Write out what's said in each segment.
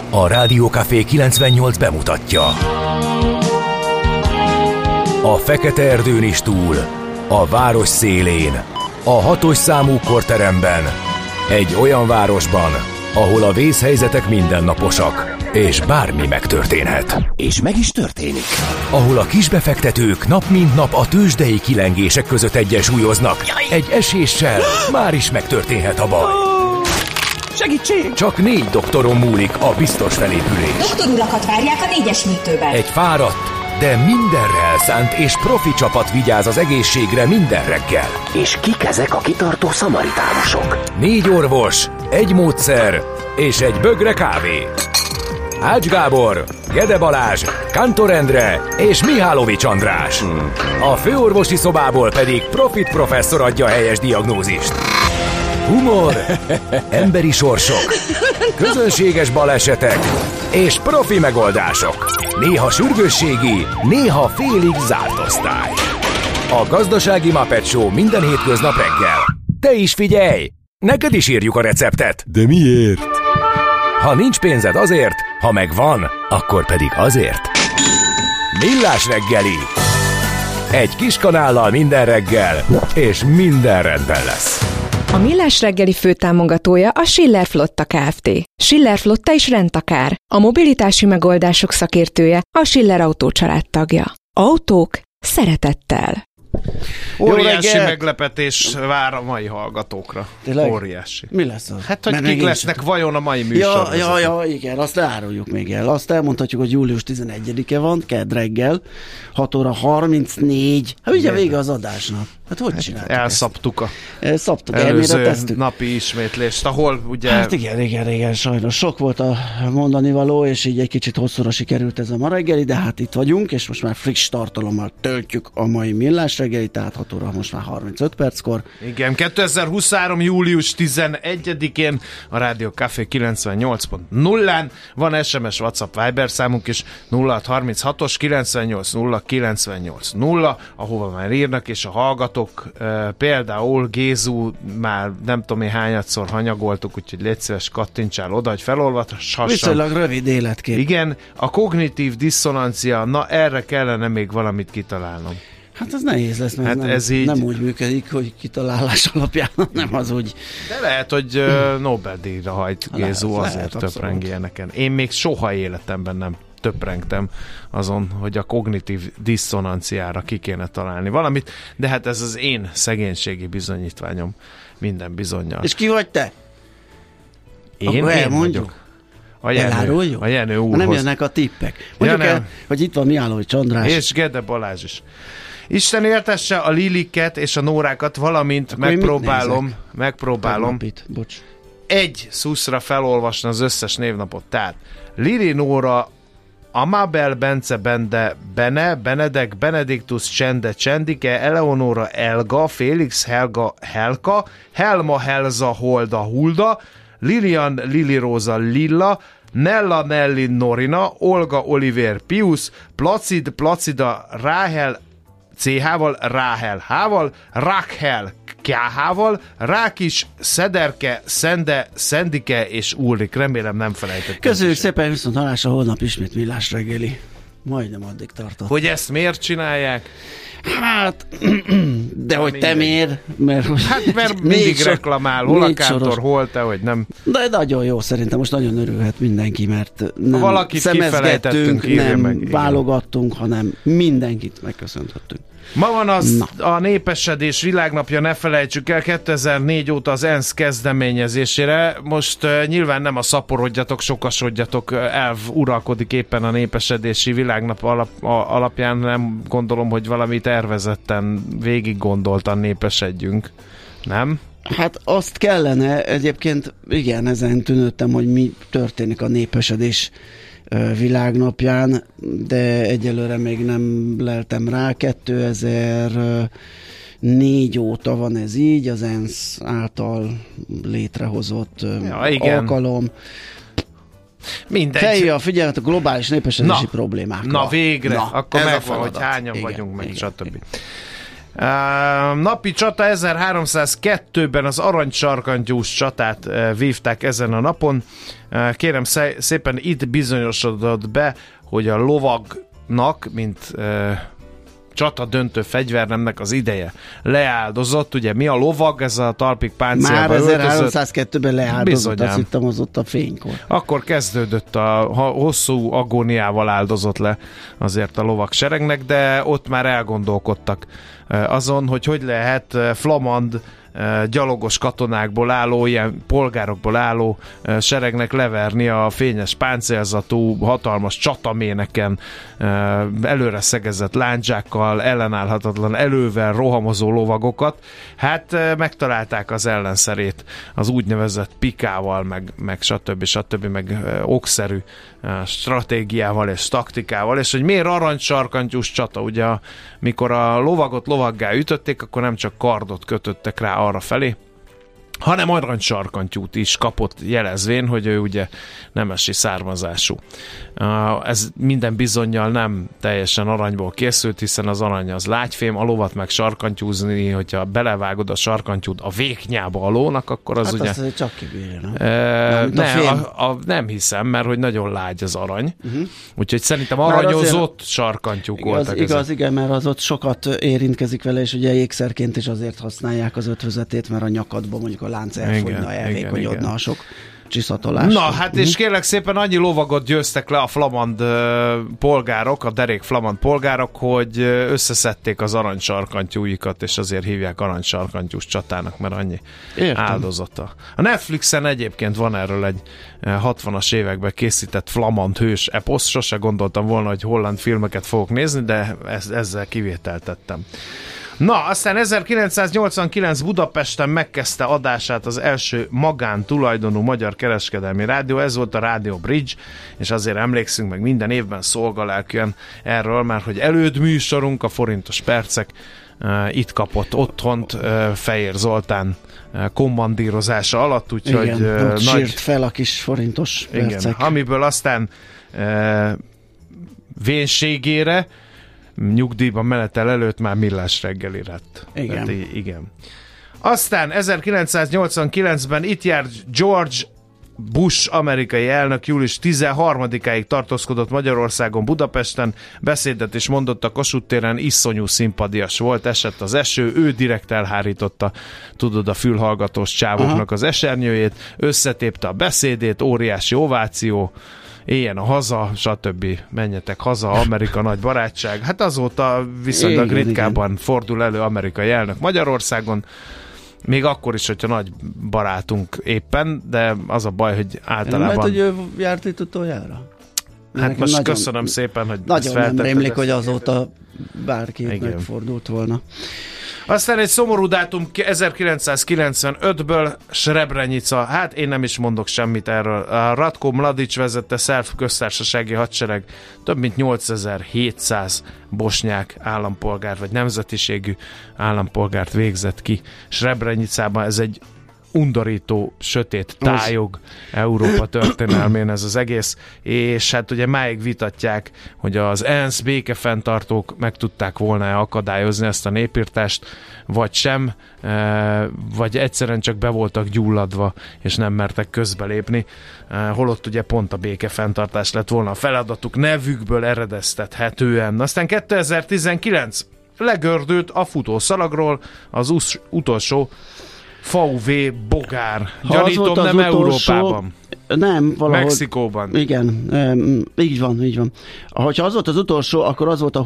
A Rádiókafé 98 bemutatja. A fekete erdőn is túl, a város szélén, a 6-os számú korteremben, egy olyan városban, ahol a vészhelyzetek mindennaposak, és bármi megtörténhet. És meg is történik. Ahol a kisbefektetők nap mint nap a tőzsdei kilengések között egyensúlyoznak. Egy eséssel már is megtörténhet a baj. Segítség! Csak 4 doktoron múlik a biztos felépülés. Doktorulakat várják a 4-es műtőben. Egy fáradt, de mindenre elszánt és profi csapat vigyáz az egészségre minden reggel. És kik ezek a kitartó szamaritánusok? 4 orvos, egy módszer és egy bögre kávé. Ács Gábor, Gede Balázs, Kántor Endre és Mihálovics András. A főorvosi szobából pedig Profit professzor adja a helyes diagnózist. Humor, emberi sorsok, közönséges balesetek és profi megoldások. Néha sürgősségi, néha félig zárt osztály. A Gazdasági Muppet Show minden hétköznap reggel. Te is figyelj! Neked is írjuk a receptet. De miért? Ha nincs pénzed azért, ha megvan, akkor pedig azért. Millás reggeli. Egy kis kanállal minden reggel, és minden rendben lesz. A Millás reggeli főtámogatója a Schiller Flotta Kft. Schiller Flotta is rendtakár. A mobilitási megoldások szakértője, a Schiller Autó család tagja. Autók szeretettel. Óriási meglepetés vár a mai hallgatókra. Tényleg? Óriási. Mi lesz az? Hát, hogy kik lesznek vajon a mai műsorban? Ja, igen, azt leáruljuk még el. Azt elmondhatjuk, hogy július 11-e van, kedd reggel, 6 óra 34. Hát ugye vége az adásnak. Hát hogy csináltuk elszaptuk ezt? Előző napi ismétlést, ahol ugye... Hát igen, sajnos sok volt a mondani való, és így egy kicsit hosszúra sikerült ez a ma reggeli, de hát itt vagyunk, és most már friss tartalommal töltjük a mai Millás reggeli, tehát 6 óra most már 35 perckor. Igen, 2023. július 11-én a Rádió Café 98.0-án van SMS, WhatsApp, Viber számunk is 0636-os 980980, ahova már írnak, és a hallgatók például Gézu már nem tudom én hányadszor hanyagoltuk, úgyhogy légy szíves, kattintsál oda, hogy felolvashassam. Viszonylag rövid életkép. Igen, a kognitív diszonancia, na erre kellene még valamit kitalálnom. Hát ez nehéz lesz, mert hát ez nem úgy működik, hogy kitalálás alapján, nem az úgy. De lehet, hogy Nobel-díjra hajt Gézu, azért töpreng ilyeneken. Én még soha életemben nem töprengtem azon, hogy a kognitív diszonanciára ki kéne találni valamit, de hát ez az én szegénységi bizonyítványom minden bizonnyal. És ki vagy te? Én vagyok. A Jenő úrhoz. Nem jönnek a tippek. Mondjuk el, hogy itt van Mihálovics András. És Gede Balázs is. Isten éltesse a Liliket és a Nórákat, valamint megpróbálom egy szuszra felolvasni az összes névnapot. Tehát Lili, Nóra, Amabel, Bence, Bende, Bene, Benedek, Benediktus, Csende, Csendike, Eleonora, Elga, Félix, Helga, Helka, Helma, Helza, Holda, Hulda, Lilian, Lili Róza, Lilla, Nella, Nelly, Norina, Olga, Oliver, Pius, Placid, Placida, Ráhel, CH-val, Ráhel H-val, Rákhel KH-val, Rákis, Szederke, Szende, Szendike és Ulrik. Remélem nem felejtettem. Köszönjük szépen, viszont hallásra, holnap ismét Millás reggeli. Majdnem addig tartott. Hogy ezt miért csinálják? Hát, de hogy te miért? Mert mindig reklamál, hol a Kántor, hol te, hogy nem. De nagyon jó, szerintem most nagyon örülhet mindenki, mert nem szemezgettünk, nem válogattunk, hanem mindenkit megköszönhettünk. Ma van a Népesedés világnapja, ne felejtsük el, 2004 óta az ENSZ kezdeményezésére. Most nyilván nem a szaporodjatok, sokasodjatok elv uralkodik éppen a Népesedési világnap alapján, nem gondolom, hogy valami tervezetten, végig gondoltan népesedjünk, nem? Hát azt kellene, egyébként igen, ezen tűnődtem, hogy mi történik a Népesedés világnapján, de egyelőre még nem leltem rá. 2004 óta van ez így, az ENSZ által létrehozott alkalom. Mindegy. Felhívja a figyelmet a globális népesedési problémákra. Na végre, akkor megvan, hogy hányan vagyunk, meg stb. Napi csata 1302-ben az aranysarkantyús csatát vívták ezen a napon. Kérem szépen, itt bizonyosodott be, hogy a lovagnak, mint csata döntő fegyvernemnek az ideje leáldozott. Ugye mi a lovag? Ez a talpig páncélba öltözött. Már 1302-ben leáldozott, azt hittem, az ott a fénykor. Akkor kezdődött a hosszú agóniával áldozott le azért a lovag seregnek, de ott már elgondolkodtak azon, hogy lehet flamand gyalogos katonákból álló, ilyen polgárokból álló seregnek leverni a fényes páncélzatú, hatalmas csataméneken, előre szegezett lándzsákkal, ellenállhatatlan elővel rohamozó lovagokat. Hát megtalálták az ellenszerét az úgynevezett pikával, meg stb. Meg okszerű stratégiával és taktikával, és hogy miért aranysarkantyús csata? Ugye mikor a lovagot lovaggá ütötték, akkor nem csak kardot kötöttek rá arra felé, hanem aranysarkantyút is kapott, jelezvén, hogy ő ugye nemesi származású. Ez minden bizonnyal nem teljesen aranyból készült, hiszen az arany az lágyfém, a lovat meg sarkantyúzni, hogyha belevágod a sarkantyút a véknyába a lónak, akkor az hát ugye... Hát csak kibírja, nem hiszem, mert hogy nagyon lágy az arany. Úgyhogy szerintem aranyozott sarkantyúk voltak ezek. Igen, mert az ott sokat érintkezik vele, és ugye ékszerként is azért használják az ötvözetét, mert a nyakadban mondjuk a lánc elfogyna, elvékonyodna a sok csiszatolás. Na, hát és kérlek szépen annyi lovagot győztek le a flamand polgárok, a derék flamand polgárok, hogy összeszedték az aranysarkantyúikat, és azért hívják aranysarkantyús csatának, mert annyi áldozata. A Netflixen egyébként van erről egy 60-as években készített flamand hős eposz, sose gondoltam volna, hogy holland filmeket fogok nézni, de ezzel kivételt tettem. Na, aztán 1989 Budapesten megkezdte adását az első magántulajdonú magyar kereskedelmi rádió, ez volt a Radio Bridge, és azért emlékszünk meg minden évben szolgalelkűen erről, mert hogy elődműsorunk, a Forintos Percek itt kapott otthont Fejér Zoltán kommandírozása alatt, úgyhogy igen, sírt fel a kis Forintos Percek. Igen, amiből aztán vénségére nyugdíjban menetel előtt már Millás reggeli lett. Igen. Hát, igen. Aztán 1989-ben itt járt George Bush amerikai elnök, július 13-áig tartózkodott Magyarországon, Budapesten, beszédet is mondott a Kossuth téren, iszonyú szimpadias volt, esett az eső, ő direkt elhárította, tudod, a fülhallgatós csávoknak az esernyőjét, összetépte a beszédét, óriási ováció, éljen a haza, stb. Menjetek haza, Amerika nagy barátság. Hát azóta viszonylag ritkában fordul elő amerikai elnök Magyarországon, még akkor is, hogyha nagy barátunk éppen, de az a baj, hogy általában... Mert hogy ő járt itt utoljára? Hát most nagyon, köszönöm szépen, hogy nagyon nem rémlik, hogy azóta bárki megfordult volna. Aztán egy szomorú dátum 1995-ből Srebrenica, hát én nem is mondok semmit erről. A Ratko Mladic vezette szerb köztársasági hadsereg több mint 8700 bosnyák állampolgár, vagy nemzetiségű állampolgárt végzett ki Srebrenicában. Ez egy undorító, sötét tájog Európa történelmén ez az egész, és hát ugye máig vitatják, hogy az ENSZ békefenntartók meg tudták volna akadályozni ezt a népirtást, vagy sem, vagy egyszerűen csak be voltak gyulladva, és nem mertek közbelépni, holott ugye pont a békefenntartás lett volna a feladatuk, nevükből eredeztethetően. Aztán 2019 legördült a futószalagról az utolsó VV Bogár. Gyanítom, nem utolsó, Európában. Nem, valahol. Mexikóban. Igen, így van. Ha az volt az utolsó, akkor az volt a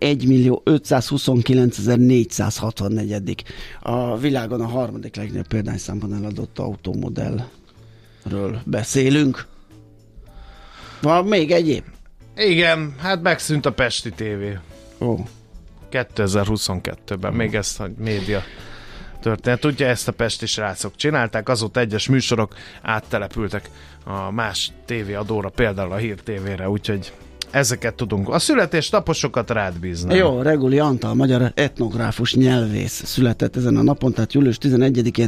21.529.464. A világon a harmadik legnagyobb példányszámban eladott automodellről beszélünk. Van még egyéb? Igen, hát megszűnt a Pesti TV. 2022-ben, még ezt a média történet. Ugye ezt a pesti srácok csinálták, azóta egyes műsorok áttelepültek a más tévéadóra, például a Hír TV-re, úgyhogy ezeket tudunk. A születésnaposokat rád bíznám. Jó, Reguli Antal, magyar etnográfus, nyelvész született ezen a napon, tehát július 11-én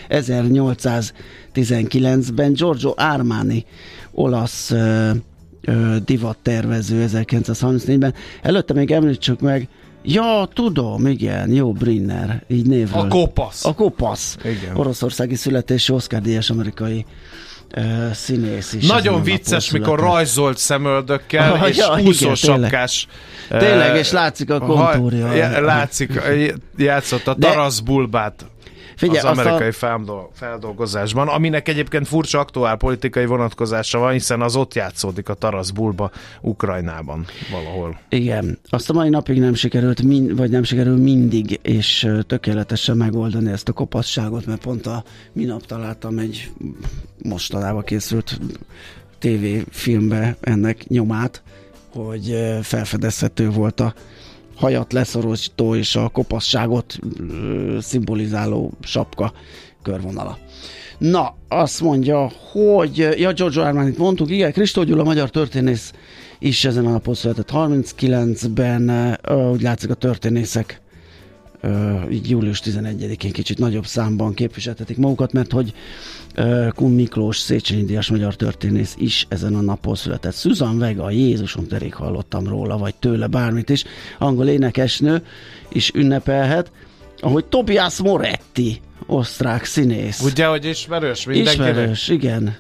1819-ben. Giorgio Armani, olasz divattervező 1934-ben. Előtte még említsük meg Ja, tudom, igen, jó, Brinner, így névről. A kopasz. Igen. Oroszországi születésű Oscar-díjas amerikai színész is. Nagyon vicces, mikor rajzolt szemöldökkel, és úszósapkás. Tényleg, és látszik a kontúrja. Látszik, játszott a Taras Bulbát. Figyelj, az amerikai feldolgozásban, aminek egyébként furcsa aktuálpolitikai vonatkozása van, hiszen az ott játszódik a Taras Bulba Ukrajnában valahol. Igen, azt a mai napig nem sikerült, vagy nem sikerül mindig, és tökéletesen megoldani ezt a kopasságot, mert pont a minap találtam egy mostanában készült tévéfilmbe ennek nyomát, hogy felfedezhető volt a hajat leszorító és a kopasságot szimbolizáló sapka körvonala. Na, azt mondja, hogy Giorgio Armanit mondtuk, igen, Kristó Gyula, magyar történész is ezen a napon született 39-ben, úgy látszik a történészek így július 11-én kicsit nagyobb számban képviseltetik magukat, mert hogy Kun Miklós Széchenyi-díjas magyar történész is ezen a napon született. Susan Vega, Jézusom, de rég hallottam róla, vagy tőle bármit is. Angol énekesnő is ünnepelhet, ahogy Tobias Moretti, osztrák színész. Ugye, hogy ismerős mindenkinek? Ismerős, igen.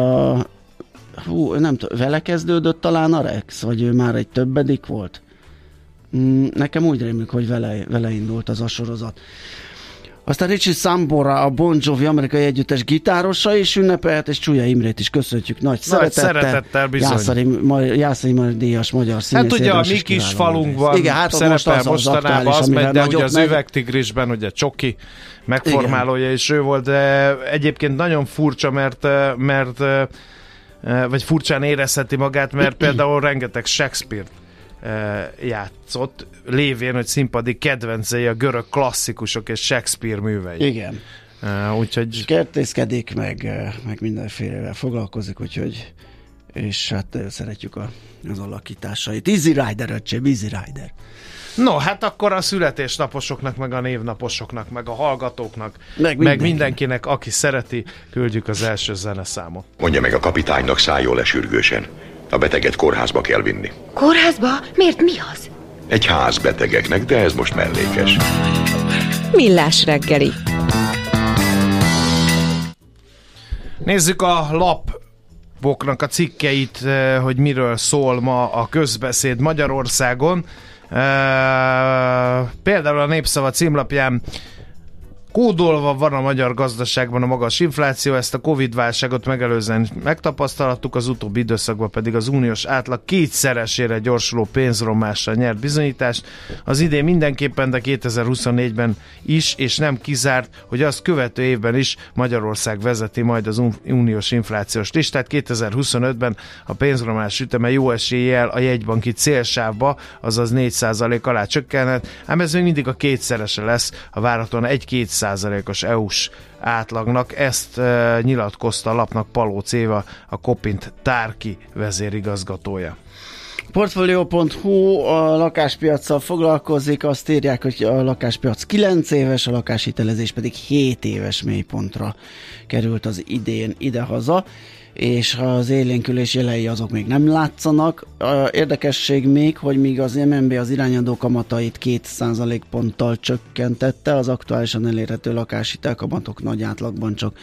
Nem tudom, vele kezdődött talán a Rex, vagy ő már egy többedik volt? Nekem úgy rémlik, hogy vele indult az a sorozat. Aztán Richie Sambora, a Bon Jovi amerikai együttes gitárosa is ünnepelt, és Csúlya Imrét is köszönjük nagy szeretettel bizony. Jászai díjas magyar színész. Hát ugye a mi kis falunkban szerepel mostanában az megy, de ugye az Üvegtigrisben ugye Csoki megformálója is ő volt, de egyébként nagyon furcsa, mert vagy furcsán érezheti magát, mert például rengeteg Shakespeare játszott, lévén, hogy színpadi kedvencei a görög klasszikusok és Shakespeare művei. Igen. Úgyhogy... Kertészkedik, meg mindenfélevel foglalkozik, úgyhogy és hát szeretjük az alakításait. Easy Rider, öcsém, Easy Rider. No, hát akkor a születésnaposoknak, meg a névnaposoknak, meg a hallgatóknak, meg mindenkinek, aki szereti, küldjük az első zeneszámot. Mondja meg a kapitánynak, szálljon le sürgősen. A beteget kórházba kell vinni. Kórházba? Miért, mi az? Egy ház betegeknek, de ez most mellékes. Millás reggeli. Nézzük a lapoknak a cikkeit, hogy miről szól ma a közbeszéd Magyarországon. Például a Népszava címlapján kódolva van a magyar gazdaságban a magas infláció, ezt a Covid-válságot megelőzően megtapasztalhattuk, az utóbbi időszakban pedig az uniós átlag 2-szeresére gyorsuló pénzromással nyert bizonyítást. Az idén mindenképpen, de 2024-ben is, és nem kizárt, hogy azt követő évben is Magyarország vezeti majd az uniós inflációs listát. 2025-ben a pénzromás üteme jó eséllyel a jegybanki célsávba, azaz 4% alá csökkenhet, ám ez még mindig a 2-szerese lesz a várhatóan 1-2%-os EU-s átlagnak. Ezt nyilatkozta a lapnak Palóc Éva, a Kopint Tárki vezérigazgatója. Portfolio.hu a lakáspiacsal foglalkozik, azt írják, hogy a lakáspiac 9 éves, a lakáshitelezés pedig 7 éves mélypontra került az idén idehaza, és az élénkülés jelei azok még nem látszanak. Érdekesség még, hogy míg az MNB az irányadó kamatait 2% ponttal csökkentette, az aktuálisan elérhető lakáshitelkamatok nagy átlagban csak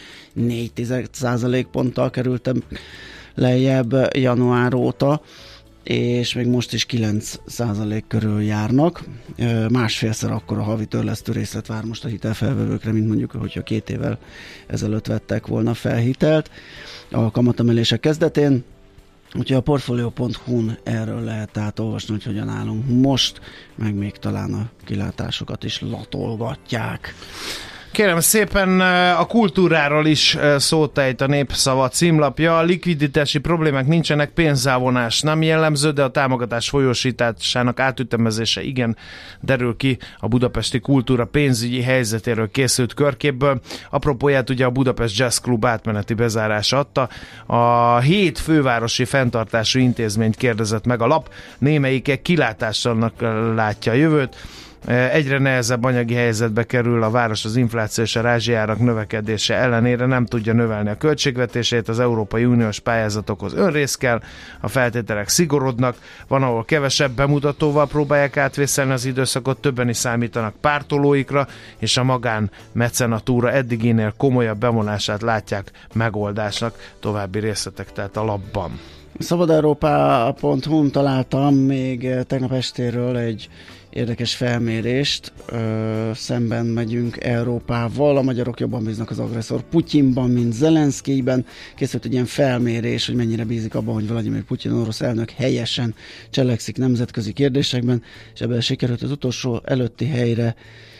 4% ponttal kerültek lejjebb január óta, és még most is 9% körül járnak. Másfélszer akkor a havi törlesztő részlet vár most a hitelfelvevőkre, mint mondjuk, hogyha 2 évvel ezelőtt vettek volna fel hitelt a kamatemelések kezdetén. Úgyhogy a Portfolio.hu-n erről lehet tehát olvasni, hogy hogyan állunk most, meg még talán a kilátásokat is latolgatják. Kérem szépen, a kultúráról is szót ejt a Népszava címlapja. A likviditási problémák nincsenek, pénzávonás nem jellemző, de a támogatás folyósításának átütemezése igen, derül ki a budapesti kultúra pénzügyi helyzetéről készült körképből. Apropóját ugye a Budapest Jazz Club átmeneti bezárása adta. A 7 fővárosi fenntartású intézményt kérdezett meg a lap, némelyike kilátástalannak látja a jövőt. Egyre nehezebb anyagi helyzetbe kerül a város az infláció és a rázsiárak növekedése ellenére, nem tudja növelni a költségvetését, az Európai Uniós pályázatokhoz önrész kell, a feltételek szigorodnak, van, ahol kevesebb bemutatóval próbálják átvészelni az időszakot, többen is számítanak pártolóikra, és a magán mecenatúra eddiginél komolyabb bevonását látják megoldásnak. További részletek tehát a lapban. Szabadeurópa.hu-n találtam még tegnap estéről egy érdekes felmérést. Szemben megyünk Európával, a magyarok jobban bíznak az agresszor Putyinban, mint Zelenszkijben. Készült egy ilyen felmérés, hogy mennyire bízik abban, hogy Vladimir Putyin orosz elnök helyesen cselekszik nemzetközi kérdésekben, és ebben sikerült az utolsó előtti helyre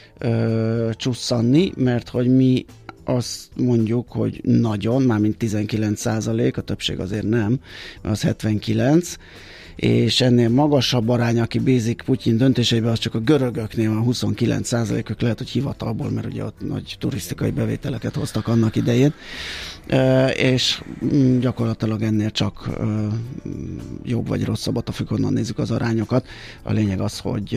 csusszanni, mert hogy mi azt mondjuk, hogy nagyon, mármint 19%, a többség azért nem, mert az 79%, és ennél magasabb arány, aki bízik Putyin döntéseiben, az csak a görögöknél van 29%, ők lehet, hogy hivatalból, mert ugye ott nagy turisztikai bevételeket hoztak annak idején, és gyakorlatilag ennél csak jobb vagy rosszabb, attól függ, honnan nézzük az arányokat. A lényeg az, hogy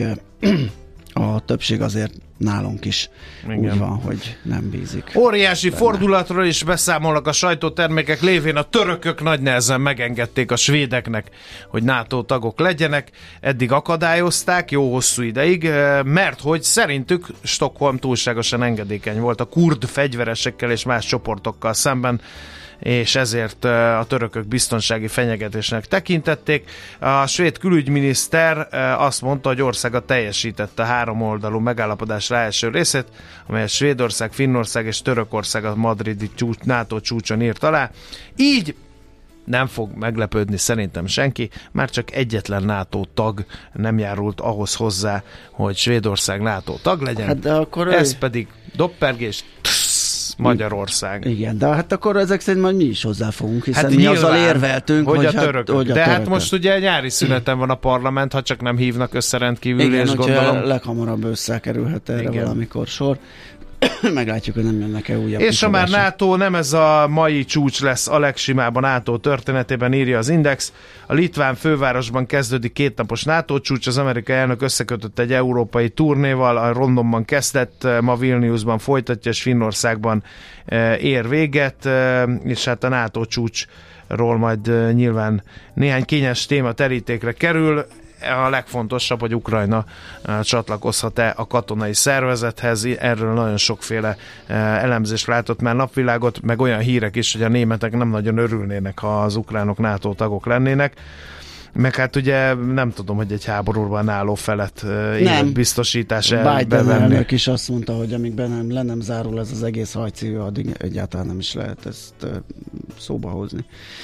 a többség azért nálunk is úgy van, hogy nem bízik. Óriási fordulatról is beszámolnak a sajtótermékek lévén. A törökök nagy nehezen megengedték a svédeknek, hogy NATO tagok legyenek. Eddig akadályozták jó hosszú ideig, mert hogy szerintük Stockholm túlságosan engedékeny volt a kurd fegyveresekkel és más csoportokkal szemben, és ezért a törökök biztonsági fenyegetésnek tekintették. A svéd külügyminiszter azt mondta, hogy országa teljesítette a háromoldalú megállapodás első részét, amelyet Svédország, Finnország és Törökország a madridi NATO csúcson írt alá. Így nem fog meglepődni szerintem senki, már csak egyetlen NATO tag nem járult ahhoz hozzá, hogy Svédország NATO tag legyen. Hát de akkor ez pedig doppergés, Magyarország. Igen, de hát akkor ezek szerint majd mi is hozzáfogunk, hiszen mi azzal érveltünk, hogy a törökök. De hát most ugye nyári szüneten van a parlament, ha csak nem hívnak össze rendkívül, és gondolom... leghamarabb összekerülhet erre valamikor sor. Meglátjuk, hogy nem jönnek-e újabb. És ha már NATO, nem ez a mai csúcs lesz a legsimább a NATO történetében, írja az Index. A litván fővárosban kezdődik kétnapos NATO csúcs, az amerikai elnök összekötött egy európai turnéval, a Londonban kezdett, ma Vilniusban folytatja, és Finnországban ér véget, és hát a NATO csúcsról majd nyilván néhány kényes téma terítékre kerül. A legfontosabb, hogy Ukrajna csatlakozhat-e a katonai szervezethez. Erről nagyon sokféle elemzés látott már napvilágot, meg olyan hírek is, hogy a németek nem nagyon örülnének, ha az ukránok NATO tagok lennének. Meg hát ugye nem tudom, hogy egy háborúban álló felet életbiztosítás Biden elnök is azt mondta, hogy amíg le nem zárul ez az egész hajcívő, addig egyáltalán nem is lehet ezt szóba hozni.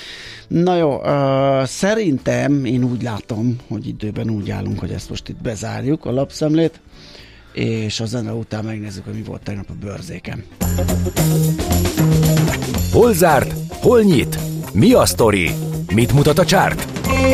Na jó, szerintem én úgy látom, hogy időben úgy állunk, hogy ezt most itt bezárjuk a lapszemlét, és a zene után megnézzük, hogy mi volt tegnap a bőrzéken. Hol zárt? Hol nyit? Mi a sztori? Mit mutat a csárt?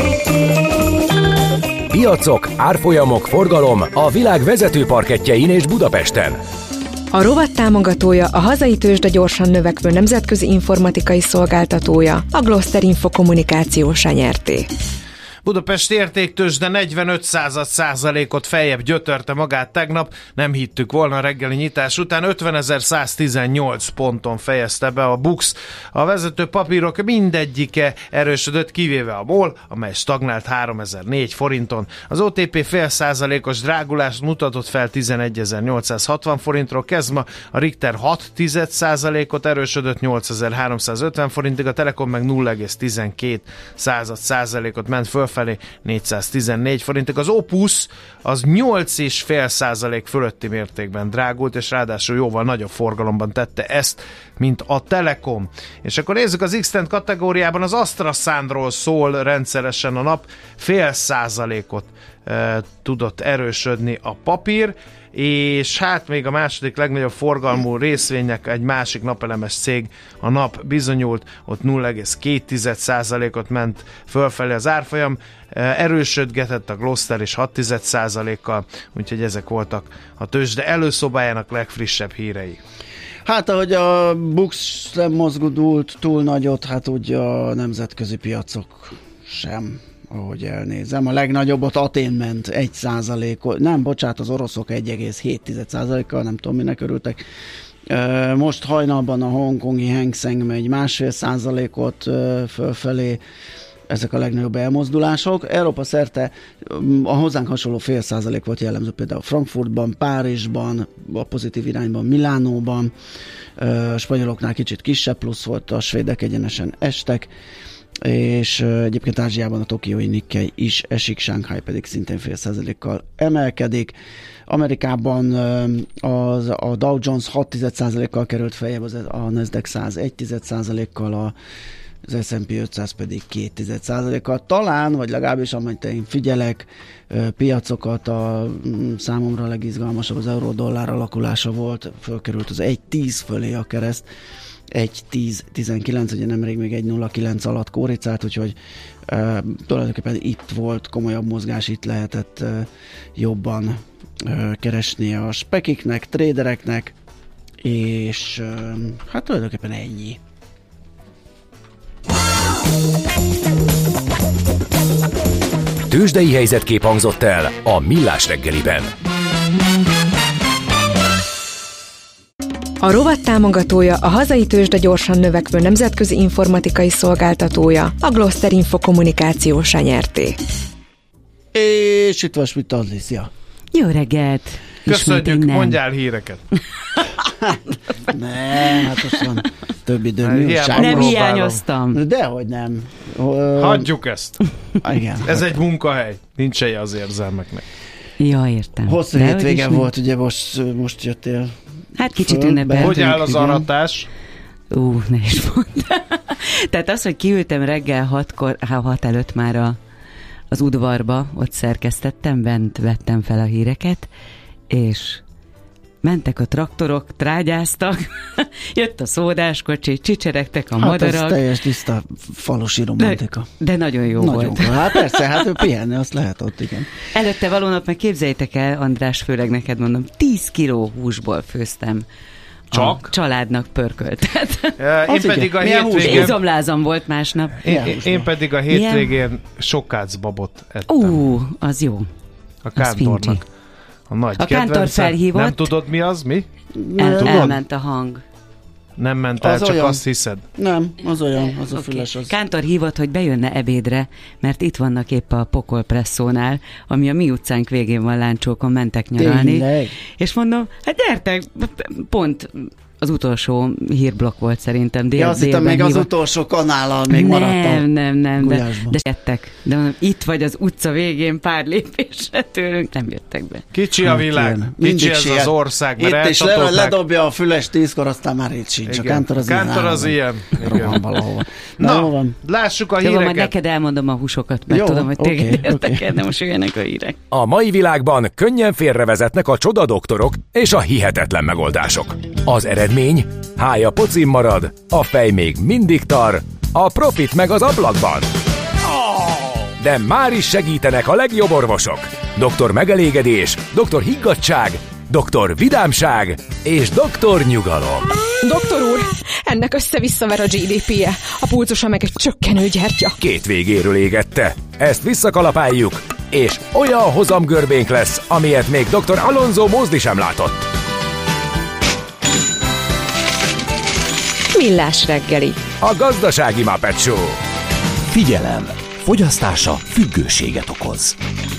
Piacok, árfolyamok, forgalom a világ vezető parkettjein és Budapesten. A rovat támogatója, a hazai tőzsde gyorsan növekvő nemzetközi informatikai szolgáltatója, a Gloster Info Kommunikációs Nyerté. Budapest értéktőzsde 45%-ot feljebb gyötörte magát tegnap, nem hittük volna a reggeli nyitás után, 50.118 ponton fejezte be a BUX. A vezető papírok mindegyike erősödött, kivéve a MOL, amely stagnált 3004 forinton. Az OTP fél százalékos drágulást mutatott fel 11.860 forintról, Kezma, a Richter 0,6%-ot erősödött 8.350 forintig, a Telekom meg 0,12%-ot ment fölfelé 414 forintig. Az Opus az 8,5% fölötti mértékben drágult, és ráadásul jóval nagyobb forgalomban tette ezt, mint a Telekom. És akkor nézzük az X-Tent kategóriában, az AstraZánról szól rendszeresen a nap, 0,5%-ot tudott erősödni a papír, és hát még a második legnagyobb forgalmú részvénynek egy másik napelemes cég a Nap bizonyult, ott 0,2%-ot ment fölfelé az árfolyam, erősödgetett a Gloster is 6%-kal, úgyhogy ezek voltak a tőzsde előszobájának legfrissebb hírei. Hát ahogy a BUX sem mozgódult túl nagyot, hát úgy a nemzetközi piacok sem. ahogy elnézem. A legnagyobbat Atén ment 1%-ot, nem, bocsánat, az oroszok 1,7%-kal, nem tudom, minek örültek. Most hajnalban a hongkongi Hang Seng megy 1,5%-ot fölfelé, ezek a legnagyobb elmozdulások. Európa szerte a hozzánk hasonló 0,5% volt jellemző például Frankfurtban, Párizsban, a pozitív irányban Milánóban, a spanyoloknál kicsit kisebb plusz volt, a svédek egyenesen estek, és egyébként Ázsiában a tokiói Nikkei is esik, Shanghai pedig szintén 0,5%-kal emelkedik. Amerikában a Dow Jones 0,6%-kal került feljebb, a Nasdaq 100 1,1%-kal, az S&P 500 pedig 2,1%-kal. Talán, vagy legalábbis amelyet én figyelek piacokat, a számomra legizgalmasabb az euró-dollár alakulása volt, fölkerült az 1,10 fölé a kereszt, 1,10-19, ugye nemrég még 1,09 alatt kóricált, úgyhogy tulajdonképpen itt volt komolyabb mozgás, itt lehetett jobban keresni a spekiknek, tradereknek, és hát tulajdonképpen ennyi. Tőzsdei helyzetkép hangzott el a Millás reggeliben. A rovat támogatója, a hazai tőzsde gyorsan növekvő nemzetközi informatikai szolgáltatója, a Gloster Info Kommunikációs nyerté. És itt van Schmidt Adlicia. Jó reggelt! Köszönjük, mondjál híreket. Nem, hát most van több időm. Nem hiányoztam. Dehogy nem. Hagyjuk ezt. Igen. Ez egy munkahely. Nincs helye az érzelmeknek. Ja, értem. Hosszú hétvége volt, ugye most jöttél. Hát kicsit ünnepeltünk. Hogy áll az aratás? Ne is mondd. Tehát az, hogy kiültem reggel 6 előtt már az udvarba, ott szerkesztettem, bent vettem fel a híreket, és mentek a traktorok, trágyáztak, jött a szódáskocsi, csicseregtek a madarak. Hát ez teljes tiszta falusi romantika. De nagyon jó volt. Hát persze, hát ő pihenni, azt lehet ott, igen. Előtte való nap meg képzeljétek el, András, főleg neked mondom, 10 kiló húsból főztem. Csak? A családnak pörköltet. Én pedig a hétvégén... Izomlázam volt másnap. Én pedig a hétvégén sokkácbabot ettem. Az jó. A Kántornak. A nagy a Kántor felhívott. Nem tudod, mi az? Mi? Elment a hang. Nem ment el, csak azt hiszed. Nem, az olyan, az a füles az. Kántor hívott, hogy bejönne ebédre, mert itt vannak épp a Pokol Presszónál, ami a mi utcánk végén van, Láncsókon, mentek nyaralni. Tényleg? És mondom, hát gyertek, pont az utolsó hírblokk volt szerintem. Azt hittem még hívott. Az utolsó kanállal még maradtam. Nem, de jöttek. De mondom, itt vagy az utca végén pár lépésre tőlünk, nem jöttek be. Kicsi a világ, kicsi ez az ország. Itt is ledobja a füles 10-kor, aztán már itt sincs. Igen. A Kántor az Kántor az ilyen. Na, lássuk a híreket. híreket. Majd neked elmondom a húsokat, mert tudom, hogy téged érdekel, de most jöjjenek a hírek. A mai világban könnyen félrevezetnek a csodadoktorok és a hihetetlen megoldások. Az eredmény? Hája pocim marad, a fej még mindig tar, a profit meg az ablakban. De már is segítenek a legjobb orvosok. Doktor megelégedés, doktor higgadtság, doktor vidámság és doktor nyugalom. Doktor úr, ennek össze-visszaver a GDP-je, a pulzusa meg egy csökkenő gyertya. Két végéről égette. Ezt visszakalapáljuk, és olyan hozamgörbénk lesz, amilyet még dr. Alonso Mózdi sem látott. Millás reggeli. A gazdasági Muppet Show. Figyelem! Fogyasztása függőséget okoz.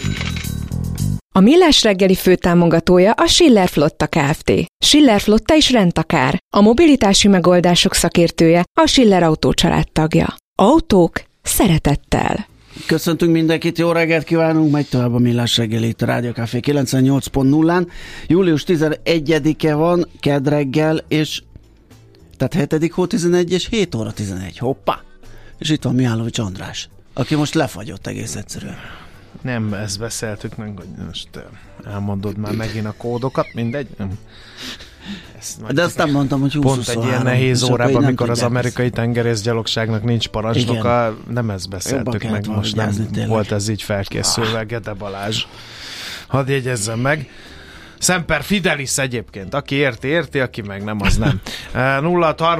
A Millás reggeli főtámogatója a Schiller Flotta Kft. Schiller Flotta is rendtakár. A mobilitási megoldások szakértője, a Schiller Autó családtagja. Autók szeretettel. Köszöntünk mindenkit, jó reggelt kívánunk, megy tovább a Millás reggeli itt a Rádió Café 98.0-án. Július 11-e van, kedd reggel, és tehát 7. hó 11 és 7 óra 11. Hoppá! És itt van Mihálovics András, aki most lefagyott egész egyszerűen. Nem, ezt beszéltük meg, hogy most elmondod már megint a kódokat, mindegy? Nem. De azt nem mondtam, hogy 20-23. Pont egy ilyen nehéz órában, amikor az amerikai tengerészgyalogságnak nincs parancsnoka, nem ezt beszéltük meg, most nem volt ez így felkészülve, Gede Balázs. Hadd jegyezzem meg. Semper Fidelis egyébként, aki érti, aki meg nem, az nem.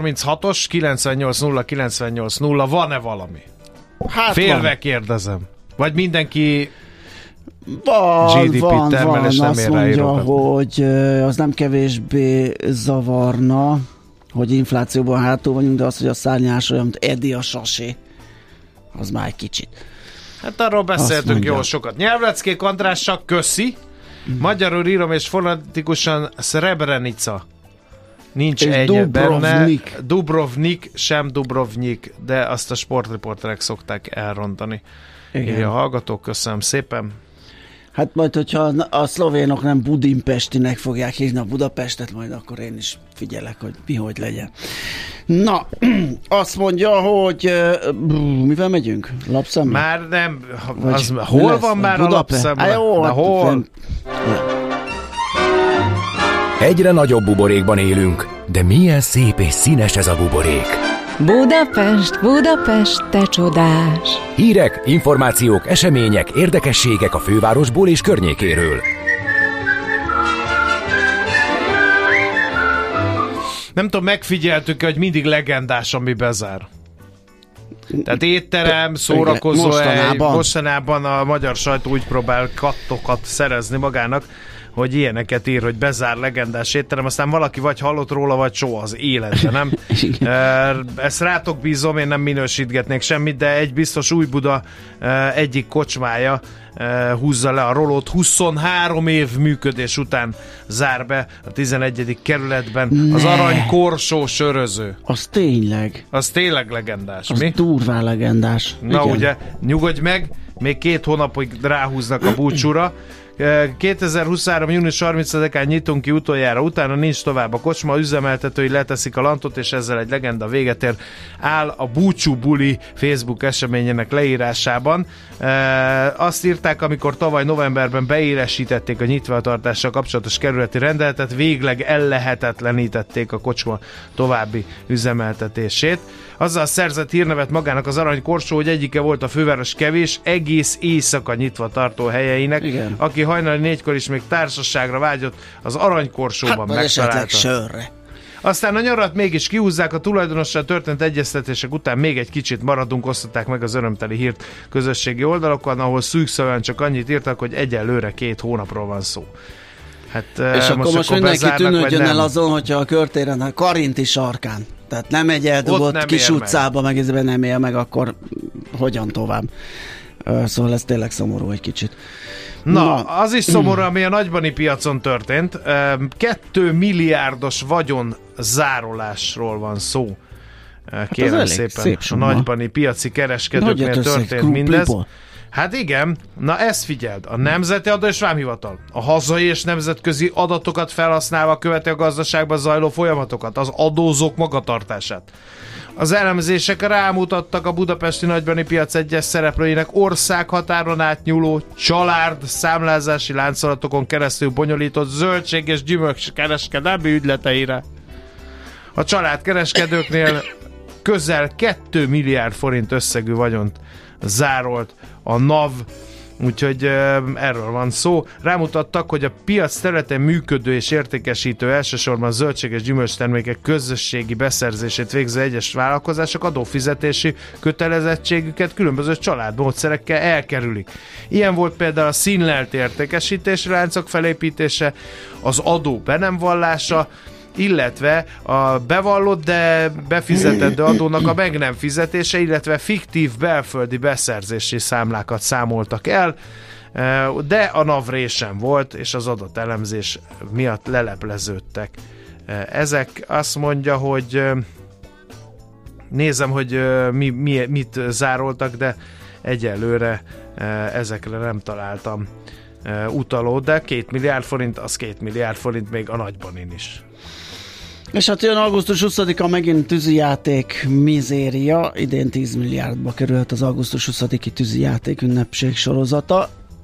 0-36-os, 98-0-98-0, van-e valami? Hát félve van. Kérdezem. Vagy mindenki van, GDP termel, és nem azt ér rá mondja, írókat. hogy az nem kevésbé zavarna, hogy inflációban hátul vagyunk, de az, hogy a szárnyás olyan, mint Edi a sasé, az már egy kicsit. Hát arról beszéltünk jól sokat. Nyelvleckék Andrással, köszi. Magyarul írom és fonetikusan Srebrenica. Nincs és egy benne. Dubrovnik, sem Dubrovnik, de azt a sportriporterek szokták elrontani. Igen. A hallgatók, köszönöm szépen. Hát majd, hogyha a szlovénok nem Budimpestinek fogják hívni a Budapestet, majd akkor én is figyelek, hogy hogy legyen. Na, azt mondja, hogy mivel megyünk? Lapszembe? Már nem. Hol van már a lapszembe? Hol? Egyre nagyobb buborékban élünk, de milyen szép és színes ez a buborék. Budapest, Budapest, te csodás! Hírek, információk, események, érdekességek a fővárosból és környékéről. Nem tudom, megfigyeltük, hogy mindig legendás, ami bezár. Tehát étterem, szórakozó mostanában a magyar sajtó úgy próbál kattokat szerezni magának, hogy ilyeneket ír, hogy bezár legendás étterem, aztán valaki vagy hallott róla, vagy soha az életben, nem? Ezt rátok bízom, én nem minősítgetnék semmit, de egy biztos Újbuda egyik kocsmája húzza le a rolót, 23 év működés után zár be a 11. kerületben az Arany Korsó söröző. Az tényleg legendás. Az mi? Durván legendás. Na igen. ugye, nyugodj meg, még 2 hónapig ráhúznak a búcsúra. 2023. június 30-án nyitunk ki utoljára, utána nincs tovább a kocsma, üzemeltetői leteszik a lantot, és ezzel egy legenda véget ér, áll a Búcsú Buli Facebook eseményének leírásában. Azt írták, amikor tavaly novemberben beélesítették a nyitvatartással kapcsolatos kerületi rendeletet, végleg ellehetetlenítették a kocsma további üzemeltetését. Azzal szerzett hírnevet magának az Arany Korsó, hogy egyike volt a főváros kevés, egész éjszaka nyitva tartó helyeinek, igen. Aki hajnali 4-kor is még társaságra vágyott, az Arany Korsóban megtalálta. Sörre. Aztán a nyarat mégis kihúzzák, a tulajdonossal történt egyeztetések után még egy kicsit maradunk, osztották meg az örömteli hírt közösségi oldalokon, ahol szűkszaván csak annyit írtak, hogy egyelőre 2 hónapról van szó. Hát, és akkor most mindenki tűnődjön el azon, hogyha a körtéren a Karinti sarkán, tehát nem egy eldugott kis utcába, meg ezben nem él meg, akkor hogyan tovább? Szóval ez tényleg szomorú egy kicsit. Na, az is szomorú, ami a nagybani piacon történt. 2 milliárdos vagyon zárolásról van szó. Kérem hát szépen, a nagybani piaci kereskedőknél történt mindez. Hát igen, na ezt figyeld, a Nemzeti Adó és Vámhivatal a hazai és nemzetközi adatokat felhasználva követi a gazdaságban zajló folyamatokat, az adózók magatartását. Az elemzések rámutattak a budapesti nagybani piac egyes szereplőinek országhatáron átnyúló család számlázási láncolatokon keresztül bonyolított zöldség és gyümölcs kereskedelmi ügyleteire. A családkereskedőknél közel 2 milliárd forint összegű vagyont zárolt a NAV, úgyhogy erről van szó. Rámutattak, hogy a piac területen működő és értékesítő, elsősorban zöldség és gyümölcstermékek közösségi beszerzését végző egyes vállalkozások adófizetési kötelezettségüket különböző családmódszerekkel elkerülik. Ilyen volt például a színlelt értékesítési láncok felépítése, az adó be nem vallása, illetve a bevallott, de befizetett adónak a meg nem fizetése, illetve fiktív belföldi beszerzési számlákat számoltak el, de a NAV sem volt, és az adatelemzés miatt lelepleződtek. Ezek azt mondja, hogy nézem, hogy mit zároltak, de egyelőre ezekre nem találtam utaló, de 2 milliárd forint, az 2 milliárd forint még a nagybanin is. És hát jön augusztus 20-a megint tűzijáték mizéria, idén 10 milliárdba került az augusztus 20-i tűzijáték ünnepség sorozata,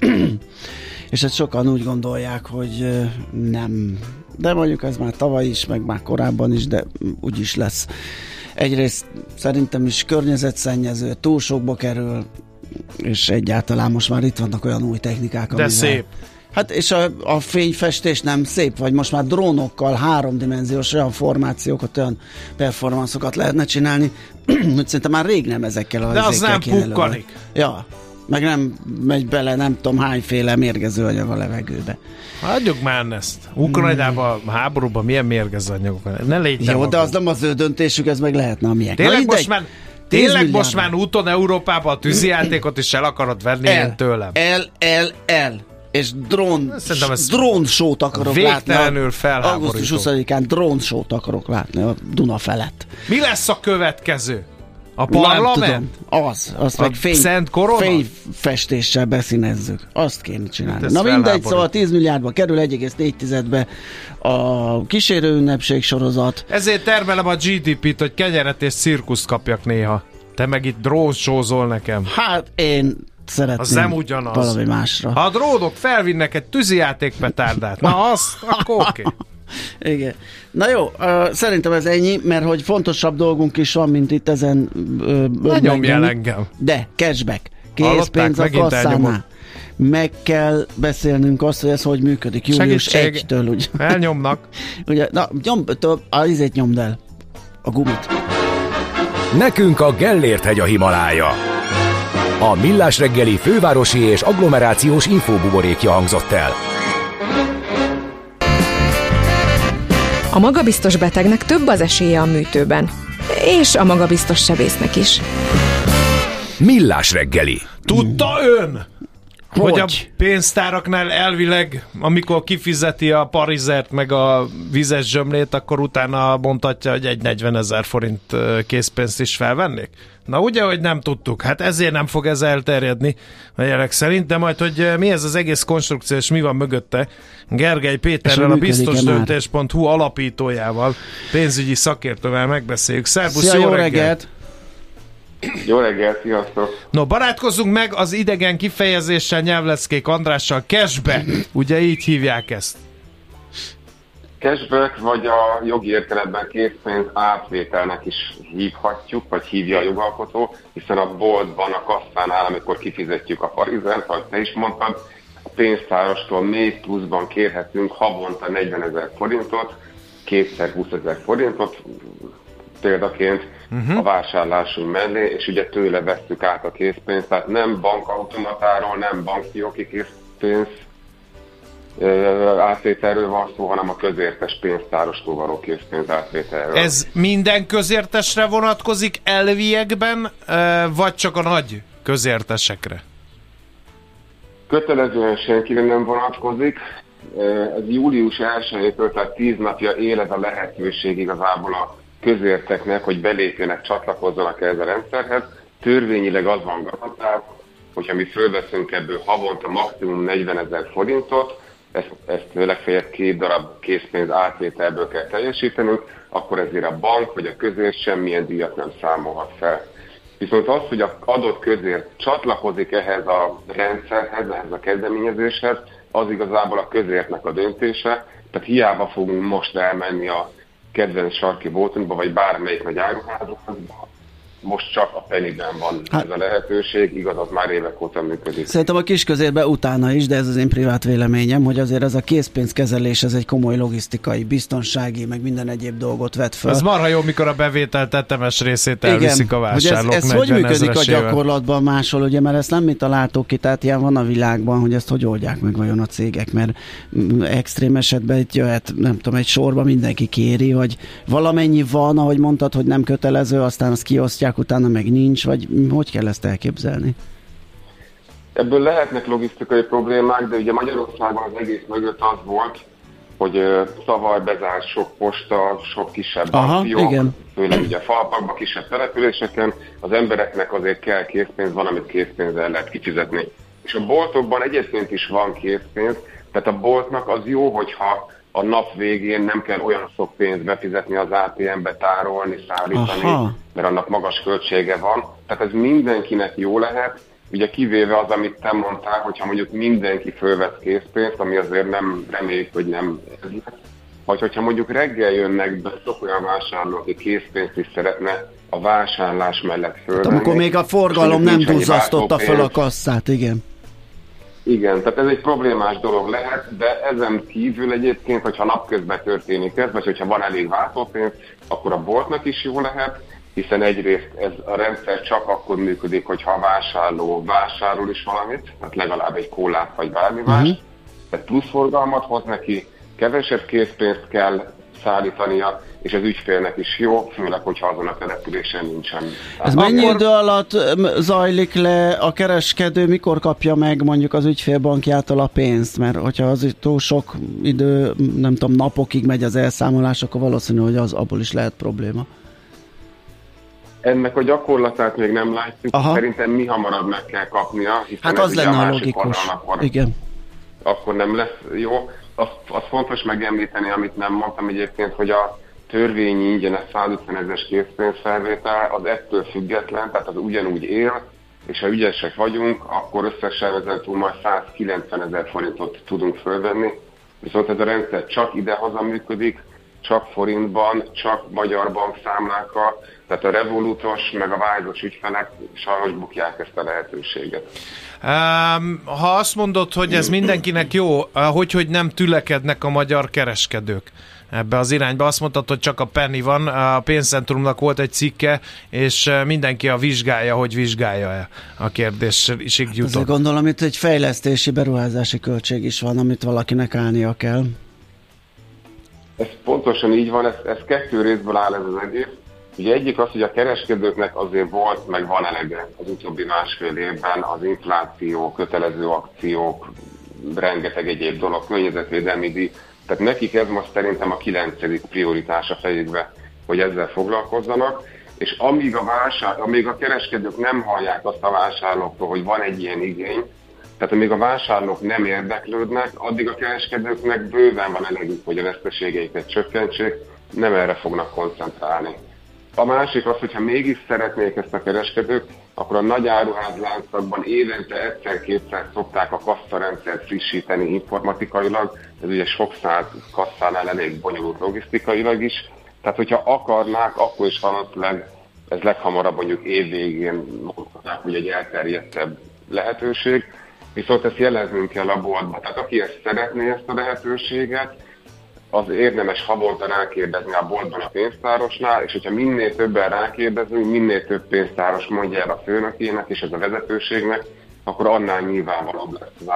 és hát sokan úgy gondolják, hogy nem, de mondjuk ez már tavaly is, meg már korábban is, de úgy is lesz. Egyrészt szerintem is környezetszennyező, túl sokba kerül, és egyáltalán most már itt vannak olyan új technikák, amivel... De szép. Hát és a fényfestés nem szép, vagy most már drónokkal 3D-s olyan formációkat, olyan performanszokat lehetne csinálni, hogy szerintem már rég nem ezekkel a de az nem pukkanik. Ja. meg nem megy bele nem tudom hányféle mérgező anyag a levegőbe. Adjuk már ezt. Ukrajnában, a háborúban milyen mérgező anyagok van? Ne légy jó, magunk. De az nem az ő döntésük, ez meg lehetne a miénk. Tényleg most már úton Európába a tűzijátékot is el akarod venni én tőlem? És drón show-t akarok végtelenül látni. Augusztus 20-án drón show-t akarok látni a Duna felett. Mi lesz a következő? A parlament? Azt meg fényfestéssel beszínezzük. Azt kéne csinálni. Na mindegy, szóval 10 milliárdba kerül, 1,4-be a kísérő ünnepség sorozat. Ezért termelem a GDP-t, hogy kenyeret és cirkuszt kapjak néha. Te meg itt drónsózol nekem. Hát én szeretném az nem ugyanaz. Valami másra. Ha a drónok felvinnek egy tűzijátékpetárdát, na azt, akkor oké. Igen. Na jó, szerintem ez ennyi, mert hogy fontosabb dolgunk is van, mint itt ezen ne nyomjál engem. De, cashback. Készpénz a kasszánál. Meg kell beszélnünk azt, hogy ez hogy működik. Július 1-től, ugye. Elnyomnak. Ugye, na, azért nyomd el. A gumit. Nekünk a Gellért-hegy a Himalája. A Millás reggeli fővárosi és agglomerációs infóbuborékja hangzott el. A magabiztos betegnek több az esélye a műtőben. És a magabiztos sebésznek is. Millás reggeli. Tudta ön, hogy a pénztáraknál elvileg, amikor kifizeti a parizert meg a vizes zsömlét, akkor utána mondhatja, hogy egy 40 000 forint készpénzt is felvennék? Na ugye, hogy nem tudtuk. Hát ezért nem fog ez elterjedni a jelek szerint, de majd, hogy mi ez az egész konstrukció, és mi van mögötte, Gergely Péterrel, a biztosdöntés.hu alapítójával, pénzügyi szakértővel megbeszéljük. Szervusz, jó reggelt! Jó reggelt, sziasztok! No, barátkozzunk meg az idegen kifejezéssel, Nyelvleckék Andrással, cashback, ugye így hívják ezt? Cashback, vagy a jogi értelemben készpénz átvételnek is hívhatjuk, vagy hívja a jogalkotó, hiszen a boltban, a kasszánál, amikor kifizetjük a parizert, ahogy te is mondtad, a pénztárostól még pluszban kérhetünk havonta 40 000 forintot, kétszer 20 000 forintot, példaként a vásárlásunk mellé, és ugye tőle vesszük át a készpénzt, tehát nem bankautomatáról, nem bankfióki készpénz átvételről van szó, hanem a közértes pénztárostól való készpénz átvételről. Ez minden közértesre vonatkozik elviekben, vagy csak a nagy közértesekre? Kötelezően senkire nem vonatkozik. Ez július 1-től, tehát 10 napja él ez a lehetőség igazából a közérteknek, hogy belépjenek, csatlakozzanak ehhez a rendszerhez. Törvényileg az van garantálva, hogyha mi fölveszünk ebből havonta maximum 40 000 forintot, ezt legfeljebb 2 darab készpénz átvételből kell teljesítenünk, akkor ezért a bank vagy a közért semmilyen díjat nem számolhat fel. Viszont az, hogy az adott közért csatlakozik ehhez a rendszerhez, ehhez a kezdeményezéshez, az igazából a közértnek a döntése, tehát hiába fogunk most elmenni a kedvenc sarki boltunkba, vagy bármelyik nagy áruházba, most csak a Pennyben van ez a lehetőség, igaz, az már évek óta működik. Szerintem a kisközérben utána is, de ez az én privát véleményem, hogy azért ez a készpénzkezelés, ez egy komoly logisztikai, biztonsági, meg minden egyéb dolgot vet fel. Ez marha jó, mikor a bevétel tetemes részét elviszik a vásárlók. Ez hogy működik a gyakorlatban máshol, ugye, mert ezt nem mit találtok ki, tehát ilyen van a világban, hogy ezt hogy oldják meg vajon a cégek, mert extrém esetben itt jöhet, nem tudom, egy sorba mindenki kéri, vagy valamennyi van, ahogy mondtad, hogy nem kötelező, aztán azt kiosztják, utána meg nincs, vagy hogy kell ezt elképzelni? Ebből lehetnek logisztikai problémák, de ugye Magyarországon az egész mögött az volt, hogy szavaj bezárt sok posta, sok kisebb akciók, főleg ugye falpakban, kisebb településeken, az embereknek azért kell készpénz, van, amit készpénzzel lehet kifizetni. És a boltokban egyébként is van készpénz, tehát a boltnak az jó, hogyha a nap végén nem kell olyan sok pénzt befizetni az ATM-be, tárolni, szállítani, mert annak magas költsége van. Tehát ez mindenkinek jó lehet, ugye kivéve az, amit te mondtál, hogyha mondjuk mindenki fölvesz készpénzt, ami azért nem reméljük, hogy nem ez lesz. Vagy hogyha mondjuk reggel jönnek be sok olyan vásárló, aki készpénzt is szeretne a vásárlás mellett fölvenni. Hát, amikor még a forgalom nem duzzasztotta fel a kasszát, igen. Igen, tehát ez egy problémás dolog lehet, de ezen kívül egyébként, hogyha napközben történik ez, vagy hogyha van elég váltópénz, akkor a boltnak is jó lehet, hiszen egyrészt ez a rendszer csak akkor működik, hogyha a vásárló vásárol is valamit, tehát legalább egy kólát vagy bármi más, tehát plusz forgalmat hoz neki, kevesebb készpénzt kell szállítania, és az ügyfélnek is jó, főleg, hogyha azon a településen nincsen. Ez mennyi idő alatt zajlik le a kereskedő, mikor kapja meg mondjuk az ügyfél bankjától a pénzt? Mert hogyha az túl sok idő, nem tudom, napokig megy az elszámolás, akkor valószínű, hogy abból is lehet probléma. Ennek a gyakorlatát még nem látjuk, szerintem mi hamarabb meg kell kapnia, hiszen hát az lenne a logikus. Igen. Akkor nem lesz jó. Az fontos megemlíteni, amit nem mondtam egyébként, hogy a törvényi ingyenes 150 000-es készpénzfelvétel az ettől független, tehát az ugyanúgy él, és ha ügyesek vagyunk, akkor összesen ezen túl majd 190 000 forintot tudunk fölvenni, viszont ez a rendszer csak idehaza működik, csak forintban, csak magyar bankszámlákkal, tehát a revolutos, meg a vágyos ügyfelek sajnos bukják ezt a lehetőséget. Ha azt mondod, hogy ez mindenkinek jó, hogy nem tülekednek a magyar kereskedők ebbe az irányba. Azt mondtad, hogy csak a Penny van, a pénzcentrumnak volt egy cikke, és mindenki a vizsgálja, hogy vizsgálja-e a kérdésig jutott. Azért gondolom, itt egy fejlesztési, beruházási költség is van, amit valakinek állnia kell. Ez pontosan így van, ez kettő részből áll ez az egész. Ugye egyik az, hogy a kereskedőknek azért volt, meg van elege az utóbbi másfél évben az infláció, kötelező akciók, rengeteg egyéb dolog, környezetvédelmi díj. Tehát nekik ez most szerintem a 9. prioritás a fejükbe, hogy ezzel foglalkozzanak, és amíg a kereskedők nem hallják azt a vásárlóktól, hogy van egy ilyen igény, tehát amíg a vásárlók nem érdeklődnek, addig a kereskedőknek bőven van elegük, hogy a veszteségeiket csökkentsék, nem erre fognak koncentrálni. A másik az, hogyha mégis szeretnék ezt a kereskedők, akkor a nagy áruházláncokban évente egyszer-kétszer szokták a kasszarendszert frissíteni informatikailag, ez ugye sok száz kasszánál elég bonyolult logisztikailag is, tehát hogyha akarnák, akkor is valószínűleg ez leghamarabb mondjuk évvégén mondhatnák, hogy egy elterjedtebb lehetőség, viszont ezt jeleznünk kell a boltba. Tehát aki ezt szeretné, ezt a lehetőséget, az érdemes havonta rákérdezni a boltban a pénztárosnál, és hogyha minél többen rákérdezünk, minél több pénztáros mondja el a főnökének és ez a vezetőségnek, akkor annál nyilvánvalóbb lesz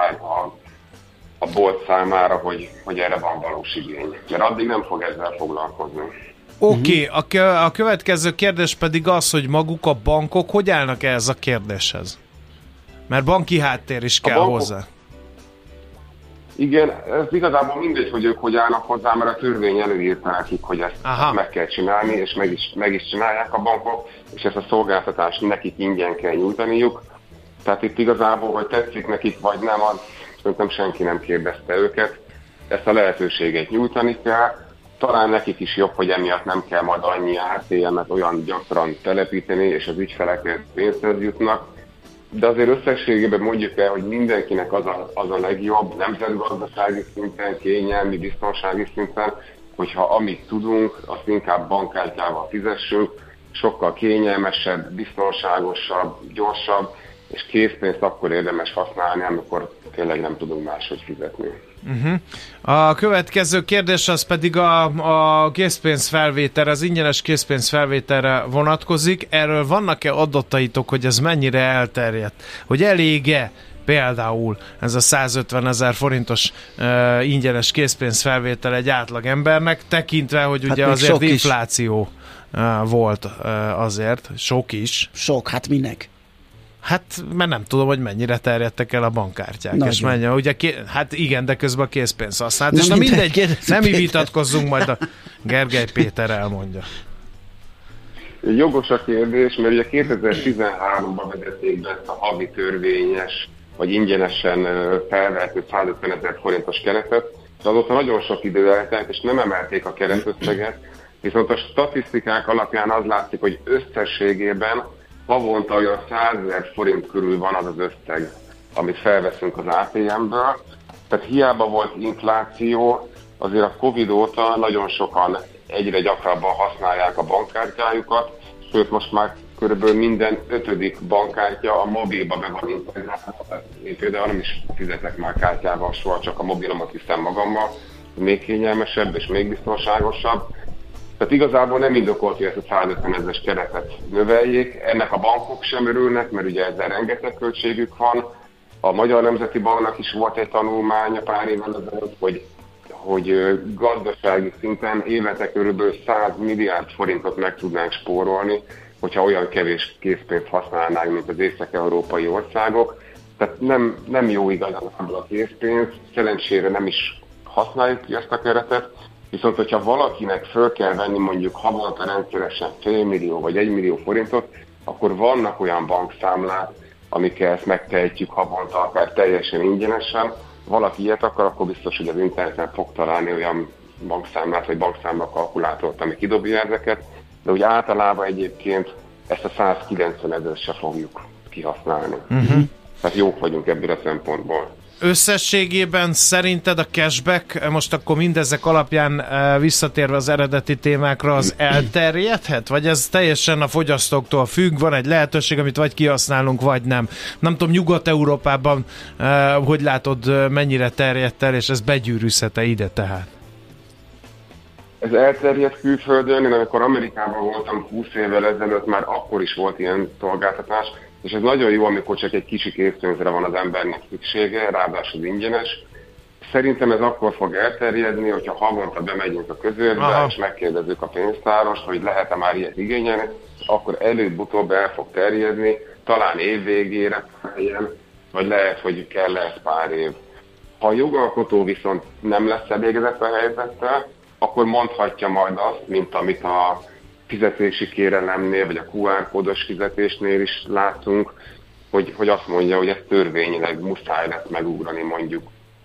a bolt számára, hogy erre van valós igény. Mert addig nem fog ezzel foglalkozni. Oké, a következő kérdés pedig az, hogy maguk a bankok hogy állnak ehhez a kérdéshez? Mert banki háttér is kell hozzá. Igen, ez igazából mindegy, hogy ők hogy állnak hozzá, mert a törvény előírta nekik, hogy ezt meg kell csinálni, és meg is csinálják a bankok, és ezt a szolgáltatást nekik ingyen kell nyújtaniuk. Tehát itt igazából, hogy tetszik nekik, vagy nem, az szerintem senki nem kérdezte őket. Ezt a lehetőséget nyújtani kell. Talán nekik is jobb, hogy emiatt nem kell majd annyi ATM-et olyan gyakran telepíteni, és az ügyfeleknek pénzhez jutnak. De azért összességében mondjuk el, hogy mindenkinek az a legjobb nemzetgazdasági szinten, kényelmi, biztonsági szinten, hogyha amit tudunk, azt inkább bankkártyával fizessünk, sokkal kényelmesebb, biztonságosabb, gyorsabb, és készpénzt akkor érdemes használni, amikor tényleg nem tudunk máshogy fizetni. A következő kérdés az pedig a készpénzfelvételre, az ingyenes készpénzfelvételre vonatkozik. Erről vannak-e adataitok, hogy ez mennyire elterjedt? Hogy elég-e például ez a 150 000 forintos ingyenes készpénzfelvétel egy átlag embernek, tekintve, hogy ugye azért infláció volt azért, sok is. Sok, hát minek? Hát, mert nem tudom, hogy mennyire terjedtek el a bankkártyák. Nagyon. És menjen, ugye, hát igen, de közben a készpénz használt. És na mindegy, nem mi vitatkozzunk, majd a Gergely Péter elmondja. Jogos a kérdés, mert ugye 2013-ban vezették be ezt a havi törvényes, vagy ingyenesen felvehető 150 000 forintos keretet, és azóta nagyon sok idő eltelt, és nem emelték a keretösszeget, viszont a statisztikák alapján az látszik, hogy összességében havonta olyan 100 000 forint körül van az az összeg, amit felveszünk az ATM-ből. Tehát hiába volt infláció, azért a Covid óta nagyon sokan egyre gyakrabban használják a bankkártyájukat, sőt most már körülbelül minden 5. bankkártya a mobilba be van integrálva. Én például nem is fizetek már kártyával soha, csak a mobilomat viszem magammal, még kényelmesebb és még biztonságosabb. Tehát igazából nem indokolt, hogy ezt a 150 000-es keretet növeljék. Ennek a bankok sem örülnek, mert ugye ezzel rengeteg költségük van. A Magyar Nemzeti Banknak is volt egy tanulmánya pár évvel ezelőtt, hogy gazdasági szinten évente körülbelül 100 milliárd forintot meg tudnánk spórolni, hogyha olyan kevés készpénzt használnánk, mint az észak-európai országok. Tehát nem jó igazából a készpénz, szerencsére nem is használjuk ki ezt a keretet, viszont hogyha valakinek föl kell venni mondjuk havonta rendszeresen fél millió vagy 1 millió forintot, akkor vannak olyan bankszámlák, amikkel ezt megtehetjük havonta, akár teljesen ingyenesen. Valaki ilyet akar, akkor biztos, hogy az interneten fog találni olyan bankszámlát, vagy bankszámla kalkulátort, ami kidobja ezeket, de úgy általában egyébként ezt a 190 000 se fogjuk kihasználni. Tehát jók vagyunk ebből a szempontból. Összességében szerinted a cashback, most akkor mindezek alapján visszatérve az eredeti témákra, az elterjedhet? Vagy ez teljesen a fogyasztóktól függ? Van egy lehetőség, amit vagy kihasználunk, vagy nem. Nem tudom, Nyugat-Európában hogy látod, mennyire terjedt el, és ez begyűrűzhet-e ide tehát? Ez elterjedt külföldön, én amikor Amerikában voltam 20 évvel ezelőtt, már akkor is volt ilyen szolgáltatás, és ez nagyon jó, amikor csak egy kicsi készpénzre van az embernek szüksége, ráadásul ingyenes. Szerintem ez akkor fog elterjedni, hogyha havonta bemegyünk a közérbe, és megkérdezzük a pénztárost, hogy lehet-e már ilyet igényelni, akkor előbb-utóbb el fog terjedni, talán év végére helyen, vagy lehet, hogy kell ez pár év. Ha a jogalkotó viszont nem lesz elégedett a helyzettel, akkor mondhatja majd azt, mint amit a fizetési kérelemnél, vagy a QR kódos fizetésnél is látunk, hogy azt mondja, hogy ez törvényileg muszáj lesz megugrani mondjuk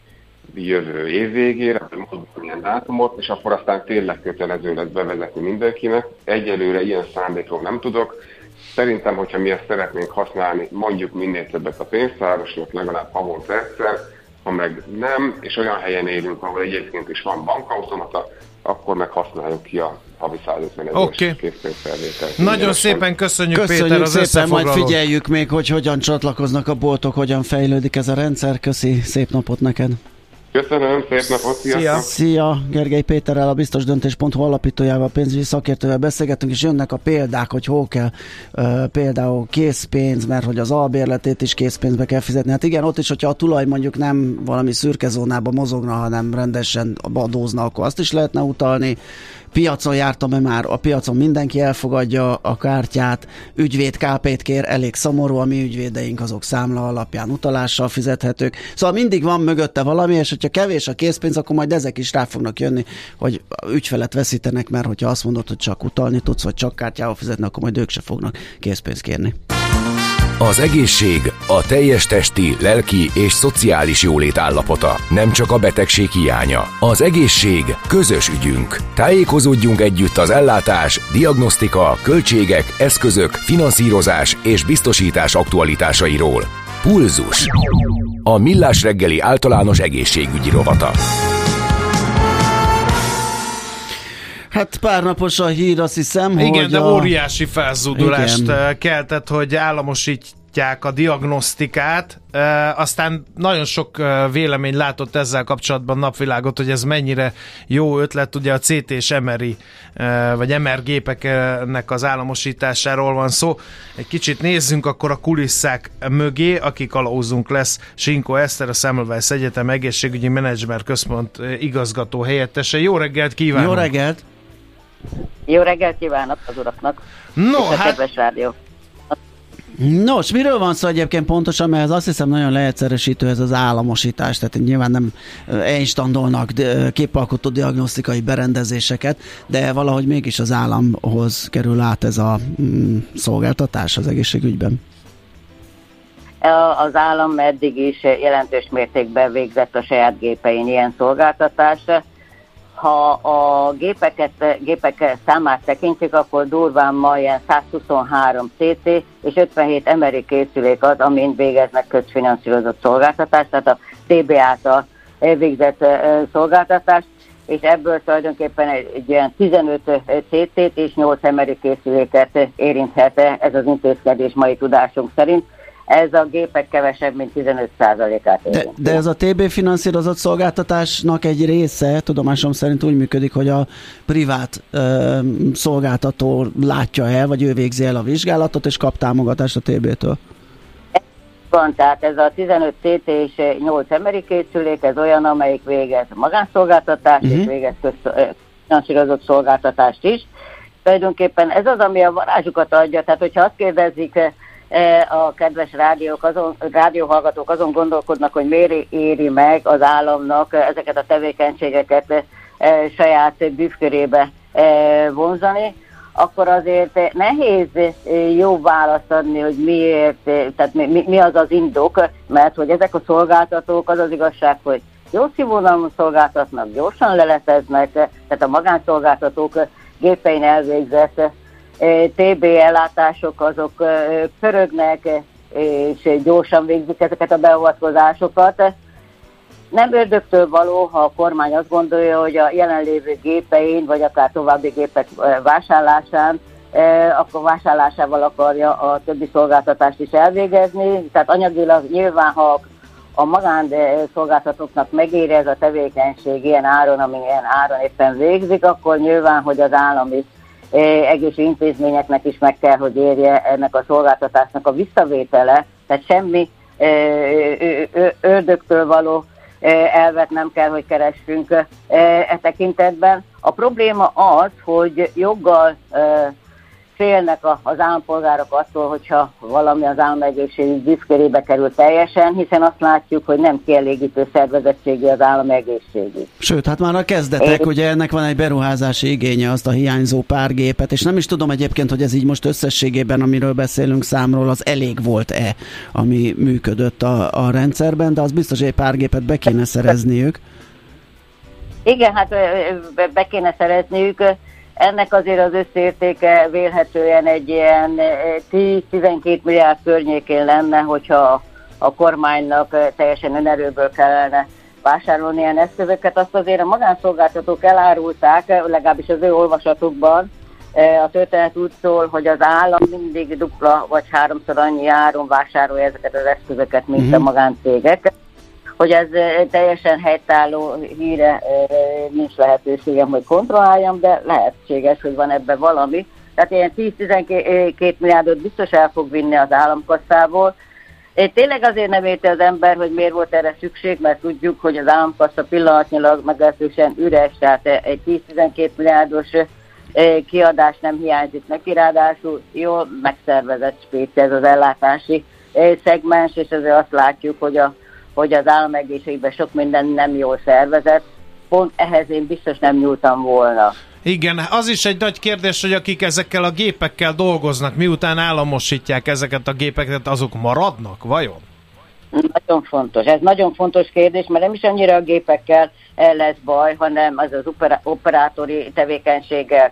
jövő év végére, vagy mondjuk ilyen dátumot, és akkor aztán tényleg kötelező lesz bevezetni mindenkinek. Egyelőre ilyen szándékról nem tudok. Szerintem, hogyha mi ezt szeretnénk használni, mondjuk minél többet a pénztárosnak, legalább havonta egyszer, ha meg nem, és olyan helyen élünk, ahol egyébként is van bankautomata, akkor meg használjuk ki a havi 150 000 készpénzfelvételt. Nagyon szépen köszönjük Péter az összefoglalót. Majd figyeljük még, hogy hogyan csatlakoznak a boltok, hogyan fejlődik ez a rendszer. Köszi, szép napot neked! Köszönöm, szép napot, sziasztok! Szia! Gergely Péterrel, a biztosdöntés.hu alapítójával, pénzügyi szakértővel beszélgettünk, és jönnek a példák, hogy hol kell például készpénz, mert hogy az albérletét is készpénzbe kell fizetni. Hát igen, ott is, hogyha a tulaj mondjuk nem valami szürke zónában mozogna, hanem rendesen adózna, akkor azt is lehetne utalni. Piacon jártam-e már? A piacon mindenki elfogadja a kártyát, ügyvéd KP-t kér, elég szomorú, a mi ügyvédeink azok számla alapján utalással fizethetők. Szóval mindig van mögötte valami, és hogyha kevés a készpénz, akkor majd ezek is rá fognak jönni, hogy ügyfelet veszítenek, mert hogyha azt mondod, hogy csak utalni tudsz, vagy csak kártyával fizetni, akkor majd ők se fognak készpénzt kérni. Az egészség a teljes testi, lelki és szociális jólét állapota, nem csak a betegség hiánya. Az egészség közös ügyünk. Tájékozódjunk együtt az ellátás, diagnosztika, költségek, eszközök, finanszírozás és biztosítás aktualitásairól. Pulzus. A Millás reggeli általános egészségügyi rovata. Hát pár napos a hír, azt hiszem, igen, hogy de óriási felzúdulást keltett, hogy államosítják a diagnosztikát. Aztán nagyon sok vélemény látott ezzel kapcsolatban napvilágot, hogy ez mennyire jó ötlet. Ugye a CT és MRI, vagy MR gépeknek az államosításáról van szó. Egy kicsit nézzünk akkor a kulisszák mögé, akik kalauzunk lesz. Sinkó Eszter, a Semmelweis Egyetem Egészségügyi Menedzsment Központ igazgató helyettese. Jó reggelt kívánok! Jó reggelt! Jó reggelt kívánok az uraknak! No, és a kedves rádió! Nos, miről van szó egyébként pontosan, mert ez azt hiszem nagyon leegyszerűsítő ez az államosítás, tehát nyilván nem instandolnak képalkotó diagnosztikai berendezéseket, de valahogy mégis az államhoz kerül át ez a szolgáltatás az egészségügyben. Az állam eddig is jelentős mértékben végzett a saját gépein ilyen szolgáltatást. Ha a gépek számát tekintjük, akkor durván ma ilyen 123 CT és 57 MRI készülék az, amin végeznek közfinanszírozott szolgáltatást, tehát a TB által elvégzett szolgáltatást, és ebből tulajdonképpen egy ilyen 15 CT-t és 8 MRI készüléket érinthet ez az intézkedés mai tudásunk szerint. ez a gépek kevesebb, mint 15%-át érinti. De ez a TB finanszírozott szolgáltatásnak egy része, tudomásom szerint úgy működik, hogy a privát szolgáltató látja el, vagy ő végzi el a vizsgálatot, és kap támogatást a TB-től. Van, tehát ez a 15 CT és 8 emeri készülék, ez olyan, amelyik végez magánszolgáltatást, és végez finanszírozott szolgáltatást is. Tulajdonképpen ez az, ami a varázsukat adja, tehát hogyha azt kérdezik a kedves rádióhallgatók, azon gondolkodnak, hogy miért éri meg az államnak ezeket a tevékenységeket saját bűvkörébe vonzani, akkor azért nehéz jó választ adni, hogy miért, tehát mi az az indok, mert hogy ezek a szolgáltatók, az az igazság, hogy jó színvonalon szolgáltatnak, gyorsan leleteznek, tehát a magánszolgáltatók gépein elvégzett TB ellátások azok pörögnek, és gyorsan végzik ezeket a beavatkozásokat. Nem ördögtől való, ha a kormány azt gondolja, hogy a jelenlévő gépein, vagy akár további gépek vásárlásán, akkor vásárlásával akarja a többi szolgáltatást is elvégezni. Tehát anyagilag nyilván, ha a magánszolgáltatóknak megéri ez a tevékenység ilyen áron, amilyen áron éppen végzik, akkor nyilván, hogy az állami egész intézményeknek is meg kell, hogy érje ennek a szolgáltatásnak a visszavétele, tehát semmi ördögtől való elvet nem kell, hogy keressünk e tekintetben. A probléma az, hogy joggal félnek az állampolgárok attól, hogyha valami az államegészségügy bűvkörébe kerül teljesen, hiszen azt látjuk, hogy nem kielégítő szervezettségi az államegészségügy. Sőt, hát már a kezdetek, ugye ennek van egy beruházási igénye, azt a hiányzó pár gépet, és nem is tudom egyébként, hogy ez így most összességében, amiről beszélünk számról, az elég volt-e, ami működött a rendszerben, de az biztos, hogy egy pár gépet be kéne szerezniük. Igen, hát be kéne szerezniük. Ennek azért az összértéke vélhetően egy ilyen 10-12 milliárd környékén lenne, hogyha a kormánynak teljesen önerőből kellene vásárolni ilyen eszközöket. Azt azért a magánszolgáltatók elárulták, legalábbis az ő olvasatukban. A történet úgy szól, hogy az állam mindig dupla vagy háromszor annyi áron vásárolja ezeket az eszközöket, mint a magáncégek. Hogy ez teljesen helytálló híre, nincs lehetőségem, hogy kontrolláljam, de lehetséges, hogy van ebben valami. Tehát ilyen 10-12 milliárdot biztos el fog vinni az államkasszából. Tényleg azért nem érti az ember, hogy miért volt erre szükség, mert tudjuk, hogy az államkassa pillanatnyilag meglehetősen üres, tehát egy 10-12 milliárdos kiadás nem hiányzik neki, ráadásul jól megszervezett spéci ez az ellátási szegmens, és azért azt látjuk, hogy az államegészségügyben sok minden nem jól szervezett, pont ehhez én biztos nem nyúltam volna. Igen, az is egy nagy kérdés, hogy akik ezekkel a gépekkel dolgoznak, miután államosítják ezeket a gépeket, azok maradnak, vajon? Nagyon fontos. Ez nagyon fontos kérdés, mert nem is annyira a gépekkel lesz baj, hanem az operátori tevékenységgel,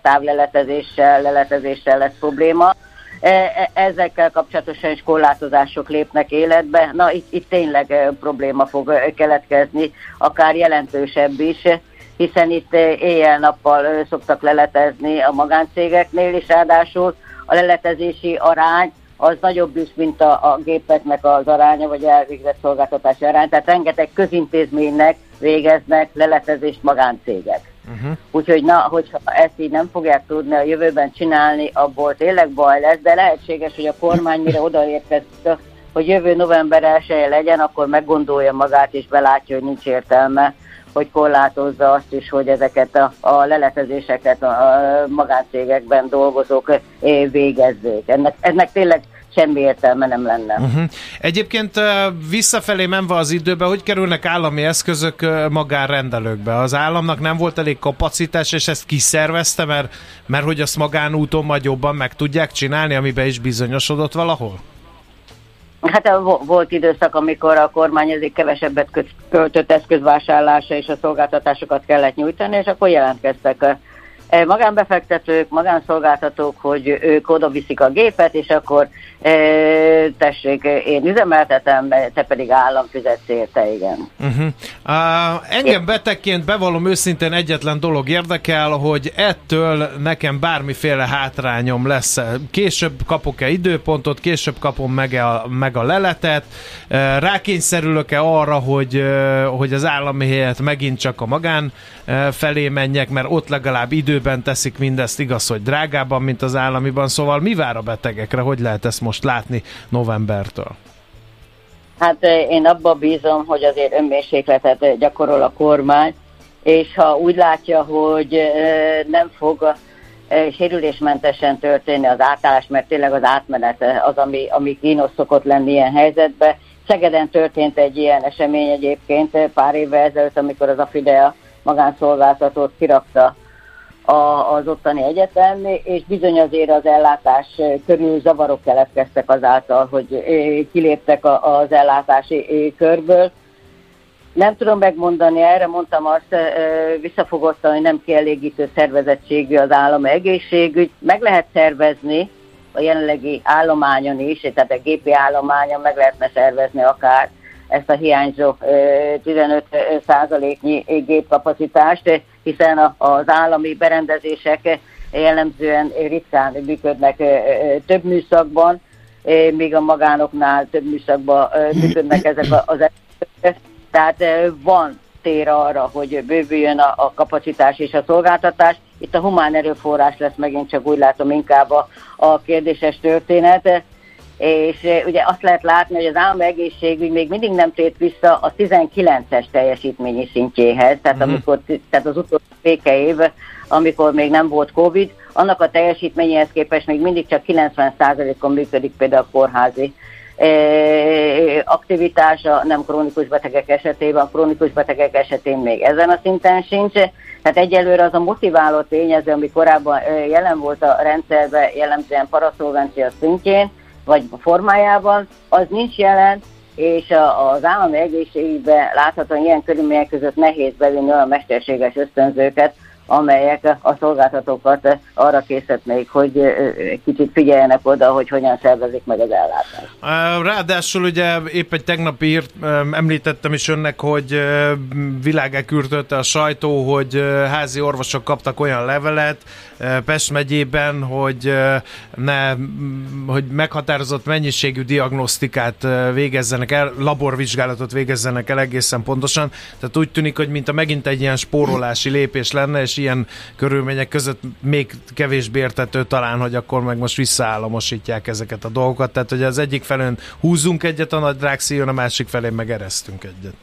leletezéssel lesz probléma. Ezekkel kapcsolatosan is korlátozások lépnek életbe. Na, itt tényleg probléma fog keletkezni, akár jelentősebb is, hiszen itt éjjel-nappal szoktak leletezni a magáncégeknél, és ráadásul a leletezési arány az nagyobb is, mint a gépeknek az aránya, vagy elvégzett szolgáltatási arány. Tehát rengeteg közintézménynek végeznek leletezést magáncégek. Úgyhogy hogyha ezt így nem fogják tudni a jövőben csinálni, abból tényleg baj lesz, de lehetséges, hogy a kormány mire odaérkezik, hogy jövő november 1-e legyen, akkor meggondolja magát és belátja, hogy nincs értelme, hogy korlátozza azt is, hogy ezeket a leletezéseket a magáncégekben dolgozók végezzék. Ennek tényleg semmi értelme nem lenne. Egyébként visszafelé menve az időben, hogy kerülnek állami eszközök magánrendelőkbe? Az államnak nem volt elég kapacitás, és ezt kiszervezte, mert hogy azt magánúton majd jobban meg tudják csinálni, amiben is bizonyosodott valahol? Hát volt időszak, amikor a kormány ezért kevesebbet költött eszközvásárlásra, és a szolgáltatásokat kellett nyújtani, és akkor jelentkeztek magánbefektetők, magánszolgáltatók, hogy ők oda viszik a gépet, és akkor tessék, én üzemeltetem, te pedig állam fizetsz érte, igen. Engem betegként bevallom őszintén egyetlen dolog érdekel, hogy ettől nekem bármiféle hátrányom lesz. Később kapok-e időpontot, később kapom meg a leletet, rákényszerülök-e arra, hogy az állami helyett megint csak a magán felé menjek, mert ott legalább időben teszik mindezt, igaz, hogy drágában, mint az államiban, szóval mi vár a betegekre, hogy lehet ezt most látni novembertől? Hát én abban bízom, hogy azért önmérsékletet gyakorol a kormány, és ha úgy látja, hogy nem fog sérülésmentesen történni az átállás, mert tényleg az átmenet az, ami kínos szokott lenni ilyen helyzetben. Szegeden történt egy ilyen esemény egyébként pár évvel ezelőtt, amikor az Afidea magánszolgáltatót kirakta az ottani egyetem, és bizony azért az ellátás körül zavarok keletkeztek azáltal, hogy kiléptek az ellátási körből. Nem tudom megmondani, erre mondtam azt visszafogottan, hogy nem kielégítő szervezettségű az állami egészségügy. Meg lehet szervezni a jelenlegi állományon is, tehát a gépi állományon meg lehetne szervezni akár ezt a hiányzó 15%-nyi gépkapacitást, hiszen az állami berendezések jellemzően ritkán működnek több műszakban, míg a magánoknál több műszakban működnek ezek az eszközök. Tehát van tér arra, hogy bővüljön a kapacitás és a szolgáltatás. Itt a humán erőforrás lesz megint csak úgy látom inkább a kérdéses történet. És ugye azt lehet látni, hogy az állami egészségügy még mindig nem tért vissza a 19-es teljesítményi szintjéhez, tehát az utolsó békeév, amikor még nem volt Covid, annak a teljesítményéhez képest még mindig csak 90%-on működik például a kórházi aktivitása, nem krónikus betegek esetében, a krónikus betegek esetén még ezen a szinten sincs. Tehát egyelőre az a motiváló tényező, ami korábban jelen volt a rendszerben, jellemzően paraszolvencia szintjén, vagy formájában, az nincs jelen, és az állami egészségügyben láthatóan ilyen körülmények között nehéz bevinni olyan mesterséges ösztönzőket, amelyek a szolgáltatókat arra készítnék, hogy kicsit figyeljenek oda, hogy hogyan szervezik meg az ellátást. Ráadásul ugye épp egy tegnapi hírt említettem is önnek, hogy világá kürtötte a sajtó, hogy házi orvosok kaptak olyan levelet Pest megyében, hogy meghatározott mennyiségű diagnosztikát végezzenek el, laborvizsgálatot végezzenek el egészen pontosan. Tehát úgy tűnik, hogy mint megint egy ilyen spórolási lépés lenne, és ilyen körülmények között még kevésbé értető talán, hogy akkor meg most visszaállamosítják ezeket a dolgokat. Tehát, hogy az egyik felén húzzunk egyet a nagy drágszíjon, a másik felén meg eresztünk egyet.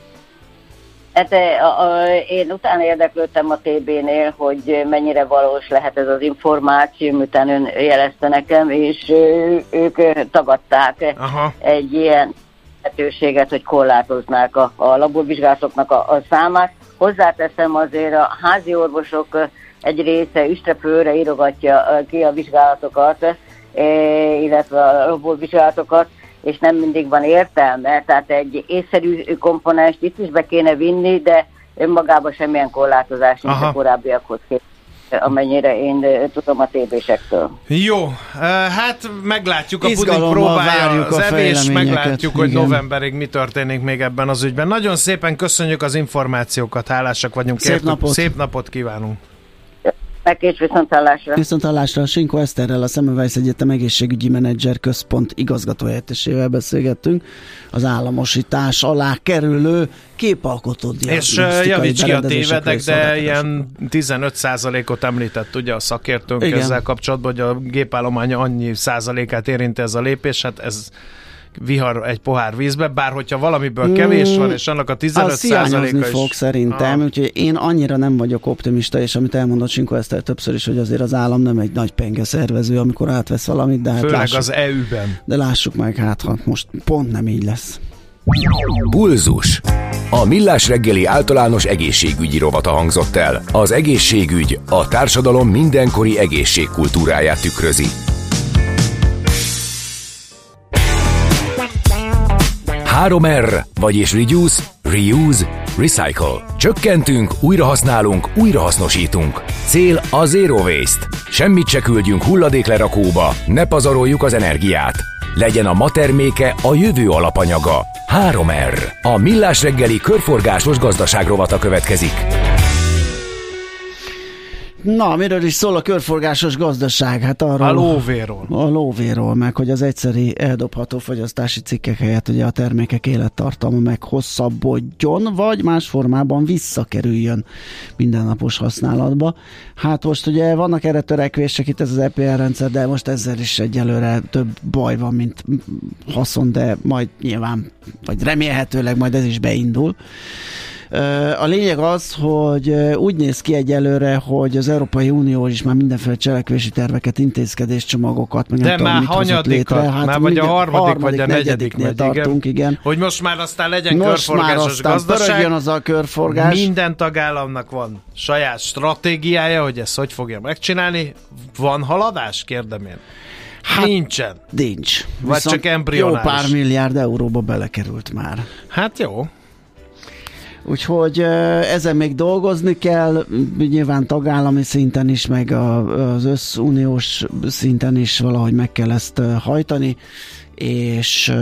Hát én utána érdeklődtem a TB-nél, hogy mennyire valós lehet ez az információ, miután ön jelezte nekem, és ők tagadták egy ilyen lehetőséget, hogy korlátoznák a laborvizsgálatoknak a számát. Hozzáteszem, azért a házi orvosok egy része üstrepőre írogatja ki a vizsgálatokat, illetve a laborvizsgálatokat, és nem mindig van értelme, tehát egy észszerű komponens itt is be kéne vinni, de önmagában semmilyen korlátozás nincs a korábbiakhoz képest, amennyire én tudom a TB-sektől. Jó, hát meglátjuk, a puding próbálja az evés, meglátjuk, hogy novemberig mi történik még ebben az ügyben. Nagyon szépen köszönjük az információkat, hálásak vagyunk. Szép napot kívánunk! Megkész viszonthallásra. Viszonthallásra. Sinkó Eszterrel, a Semmelweis Egyetem egészségügyi menedzser központ igazgatóhelyettesével beszélgettünk az államosítás alá kerülő képalkotó diagnosztikai és javíts ki a tévedek, de ilyen 15 15%-ot említett ugye a szakértőnk ezzel kapcsolatban, hogy a gépállománya annyi százalékát érinti ez a lépés, hát ez vihar egy pohár vízbe, bár hogyha valamiből kevés van, és annak a 15%-a is... fog szerintem, úgyhogy én annyira nem vagyok optimista, és amit elmondott Sinkó Eszter többször is, hogy azért az állam nem egy nagy penge szervező, amikor átvesz valamit, de hát főleg lássuk, az EU-ben. De lássuk meg, hát most pont nem így lesz. Pulzus. A Millás reggeli általános egészségügyi rovata hangzott el. Az egészségügy a társadalom mindenkori egészségkultúráját tükrözi. 3R, vagyis Reduce, Reuse, Recycle. Csökkentünk, újrahasználunk, újrahasznosítunk. Cél a Zero Waste. Semmit se küldjünk hulladéklerakóba, ne pazaroljuk az energiát. Legyen a ma terméke a jövő alapanyaga. 3R. A Millás reggeli körforgásos gazdaság rovata következik. Na, miről is szól a körforgásos gazdaság? Hát arról, a lóvéról. A lóvéról, meg hogy az egyszeri eldobható fogyasztási cikkek helyett ugye a termékek élettartalma meghosszabbodjon, vagy más formában visszakerüljön mindennapos használatba. Hát most ugye vannak erre törekvések, itt ez az EPR rendszer, de most ezzel is egyelőre több baj van, mint haszon, de majd nyilván, vagy remélhetőleg majd ez is beindul. A lényeg az, hogy úgy néz ki egyelőre, hogy az Európai Unió is már mindenféle cselekvési terveket, intézkedéscsomagokat, meg nem tudom, mit hozott létre. Hát már vagy a harmadik vagy a negyediknél tartunk, igen. Hogy most már aztán legyen körforgásos gazdaság. Az a körforgás. Minden tagállamnak van saját stratégiája, hogy ezt hogy fogja megcsinálni. Van haladás? Kérdem én. Hát, nincsen. Nincs. Vagy viszont csak embrionális. Jó pár milliárd euróba belekerült már. Hát jó. Úgyhogy ezen még dolgozni kell, nyilván tagállami szinten is, meg az összuniós szinten is valahogy meg kell ezt hajtani, és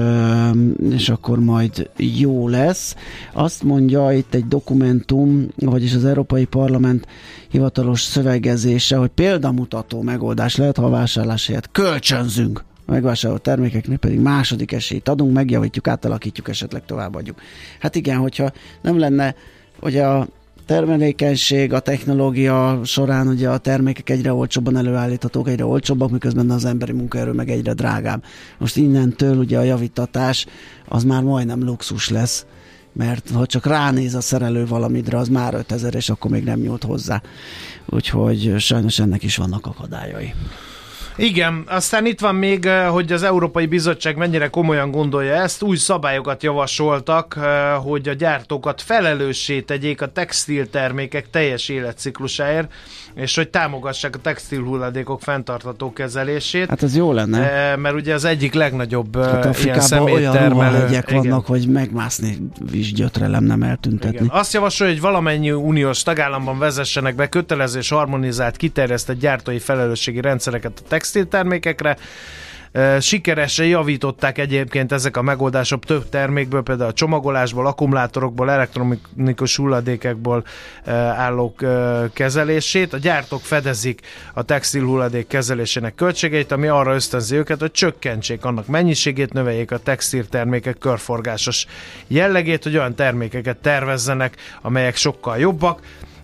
akkor majd jó lesz. Azt mondja itt egy dokumentum, vagyis az Európai Parlament hivatalos szövegezése, hogy példamutató megoldás lehet, ha a vásárlás helyett kölcsönzünk. A megvásárolt termékeknek pedig második esélyt adunk, megjavítjuk, átalakítjuk, esetleg továbbadjuk. Hát igen, hogyha nem lenne, hogy a termelékenység, a technológia során ugye a termékek egyre olcsóbban előállíthatók, egyre olcsóbbak, miközben az emberi munkaerő meg egyre drágább. Most innentől ugye a javítatás az már majdnem luxus lesz, mert ha csak ránéz a szerelő valamidre, az már 5000, és akkor még nem nyújt hozzá. Úgyhogy sajnos ennek is vannak akadályai. Igen, aztán itt van még, hogy az Európai Bizottság mennyire komolyan gondolja ezt. Új szabályokat javasoltak, hogy a gyártókat felelőssé tegyék a textiltermékek teljes életciklusáért, és hogy támogassák a textilhulladékok fenntartható kezelését. Hát ez jó lenne. Mert ugye az egyik legnagyobb hát ilyen szeméttermelő. Olyan ruhahegyek vannak, hogy megmászni is gyötrelem, nem eltüntetni. Igen. Azt javasolja, hogy valamennyi uniós tagállamban vezessenek be kötelező és harmonizált, kiterjesztett gyártói felelősségi rendszereket a textiltermékekre. Sikeresen javították egyébként ezek a megoldások több termékből, például a csomagolásból, akkumulátorokból, elektronikus hulladékekból álló kezelését. A gyártók fedezik a textil hulladék kezelésének költségeit, ami arra ösztönzi őket, hogy csökkentsék annak mennyiségét, növeljék a textiltermékek körforgásos jellegét, hogy olyan termékeket tervezzenek, amelyek sokkal jobbak,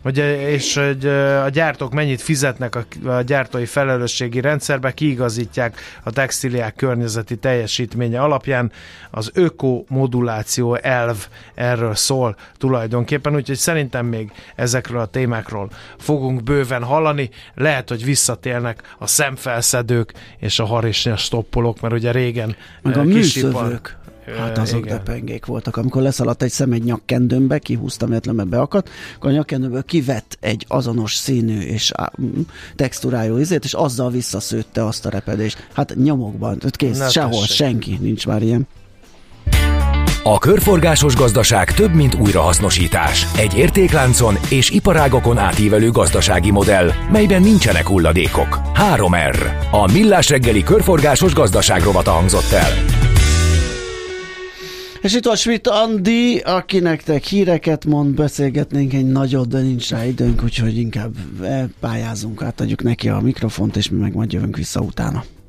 és hogy a gyártók mennyit fizetnek a gyártói felelősségi rendszerbe, kiigazítják a textíliák környezeti teljesítménye alapján. Az ökomoduláció elv erről szól tulajdonképpen, úgyhogy szerintem még ezekről a témákról fogunk bőven hallani. Lehet, hogy visszatérnek a szemfelszedők és a harisnya stoppolók, mert ugye régen meg a műszövők. Hát azok depengék voltak. Amikor leszaladt egy szem egy nyakkendőmbe, kihúztam, véletlenül beakadt, akkor a nyakkendőből kivett egy azonos színű és textúrájú ízét, és azzal visszaszőtte azt a repedést. Hát nyomokban, kész, sehol, senki nincs már ilyen. A körforgásos gazdaság több, mint újrahasznosítás. Egy értékláncon és iparágokon átívelő gazdasági modell, melyben nincsenek hulladékok. 3R. A Millás reggeli körforgásos gazdaság rovata hangzott el. És itt van Schmidt Andi, aki nektek híreket mond, beszélgetnénk egy nagyot, de nincs rá időnk, úgyhogy inkább pályázunk, átadjuk neki a mikrofont, és mi meg majd jövünk vissza utána.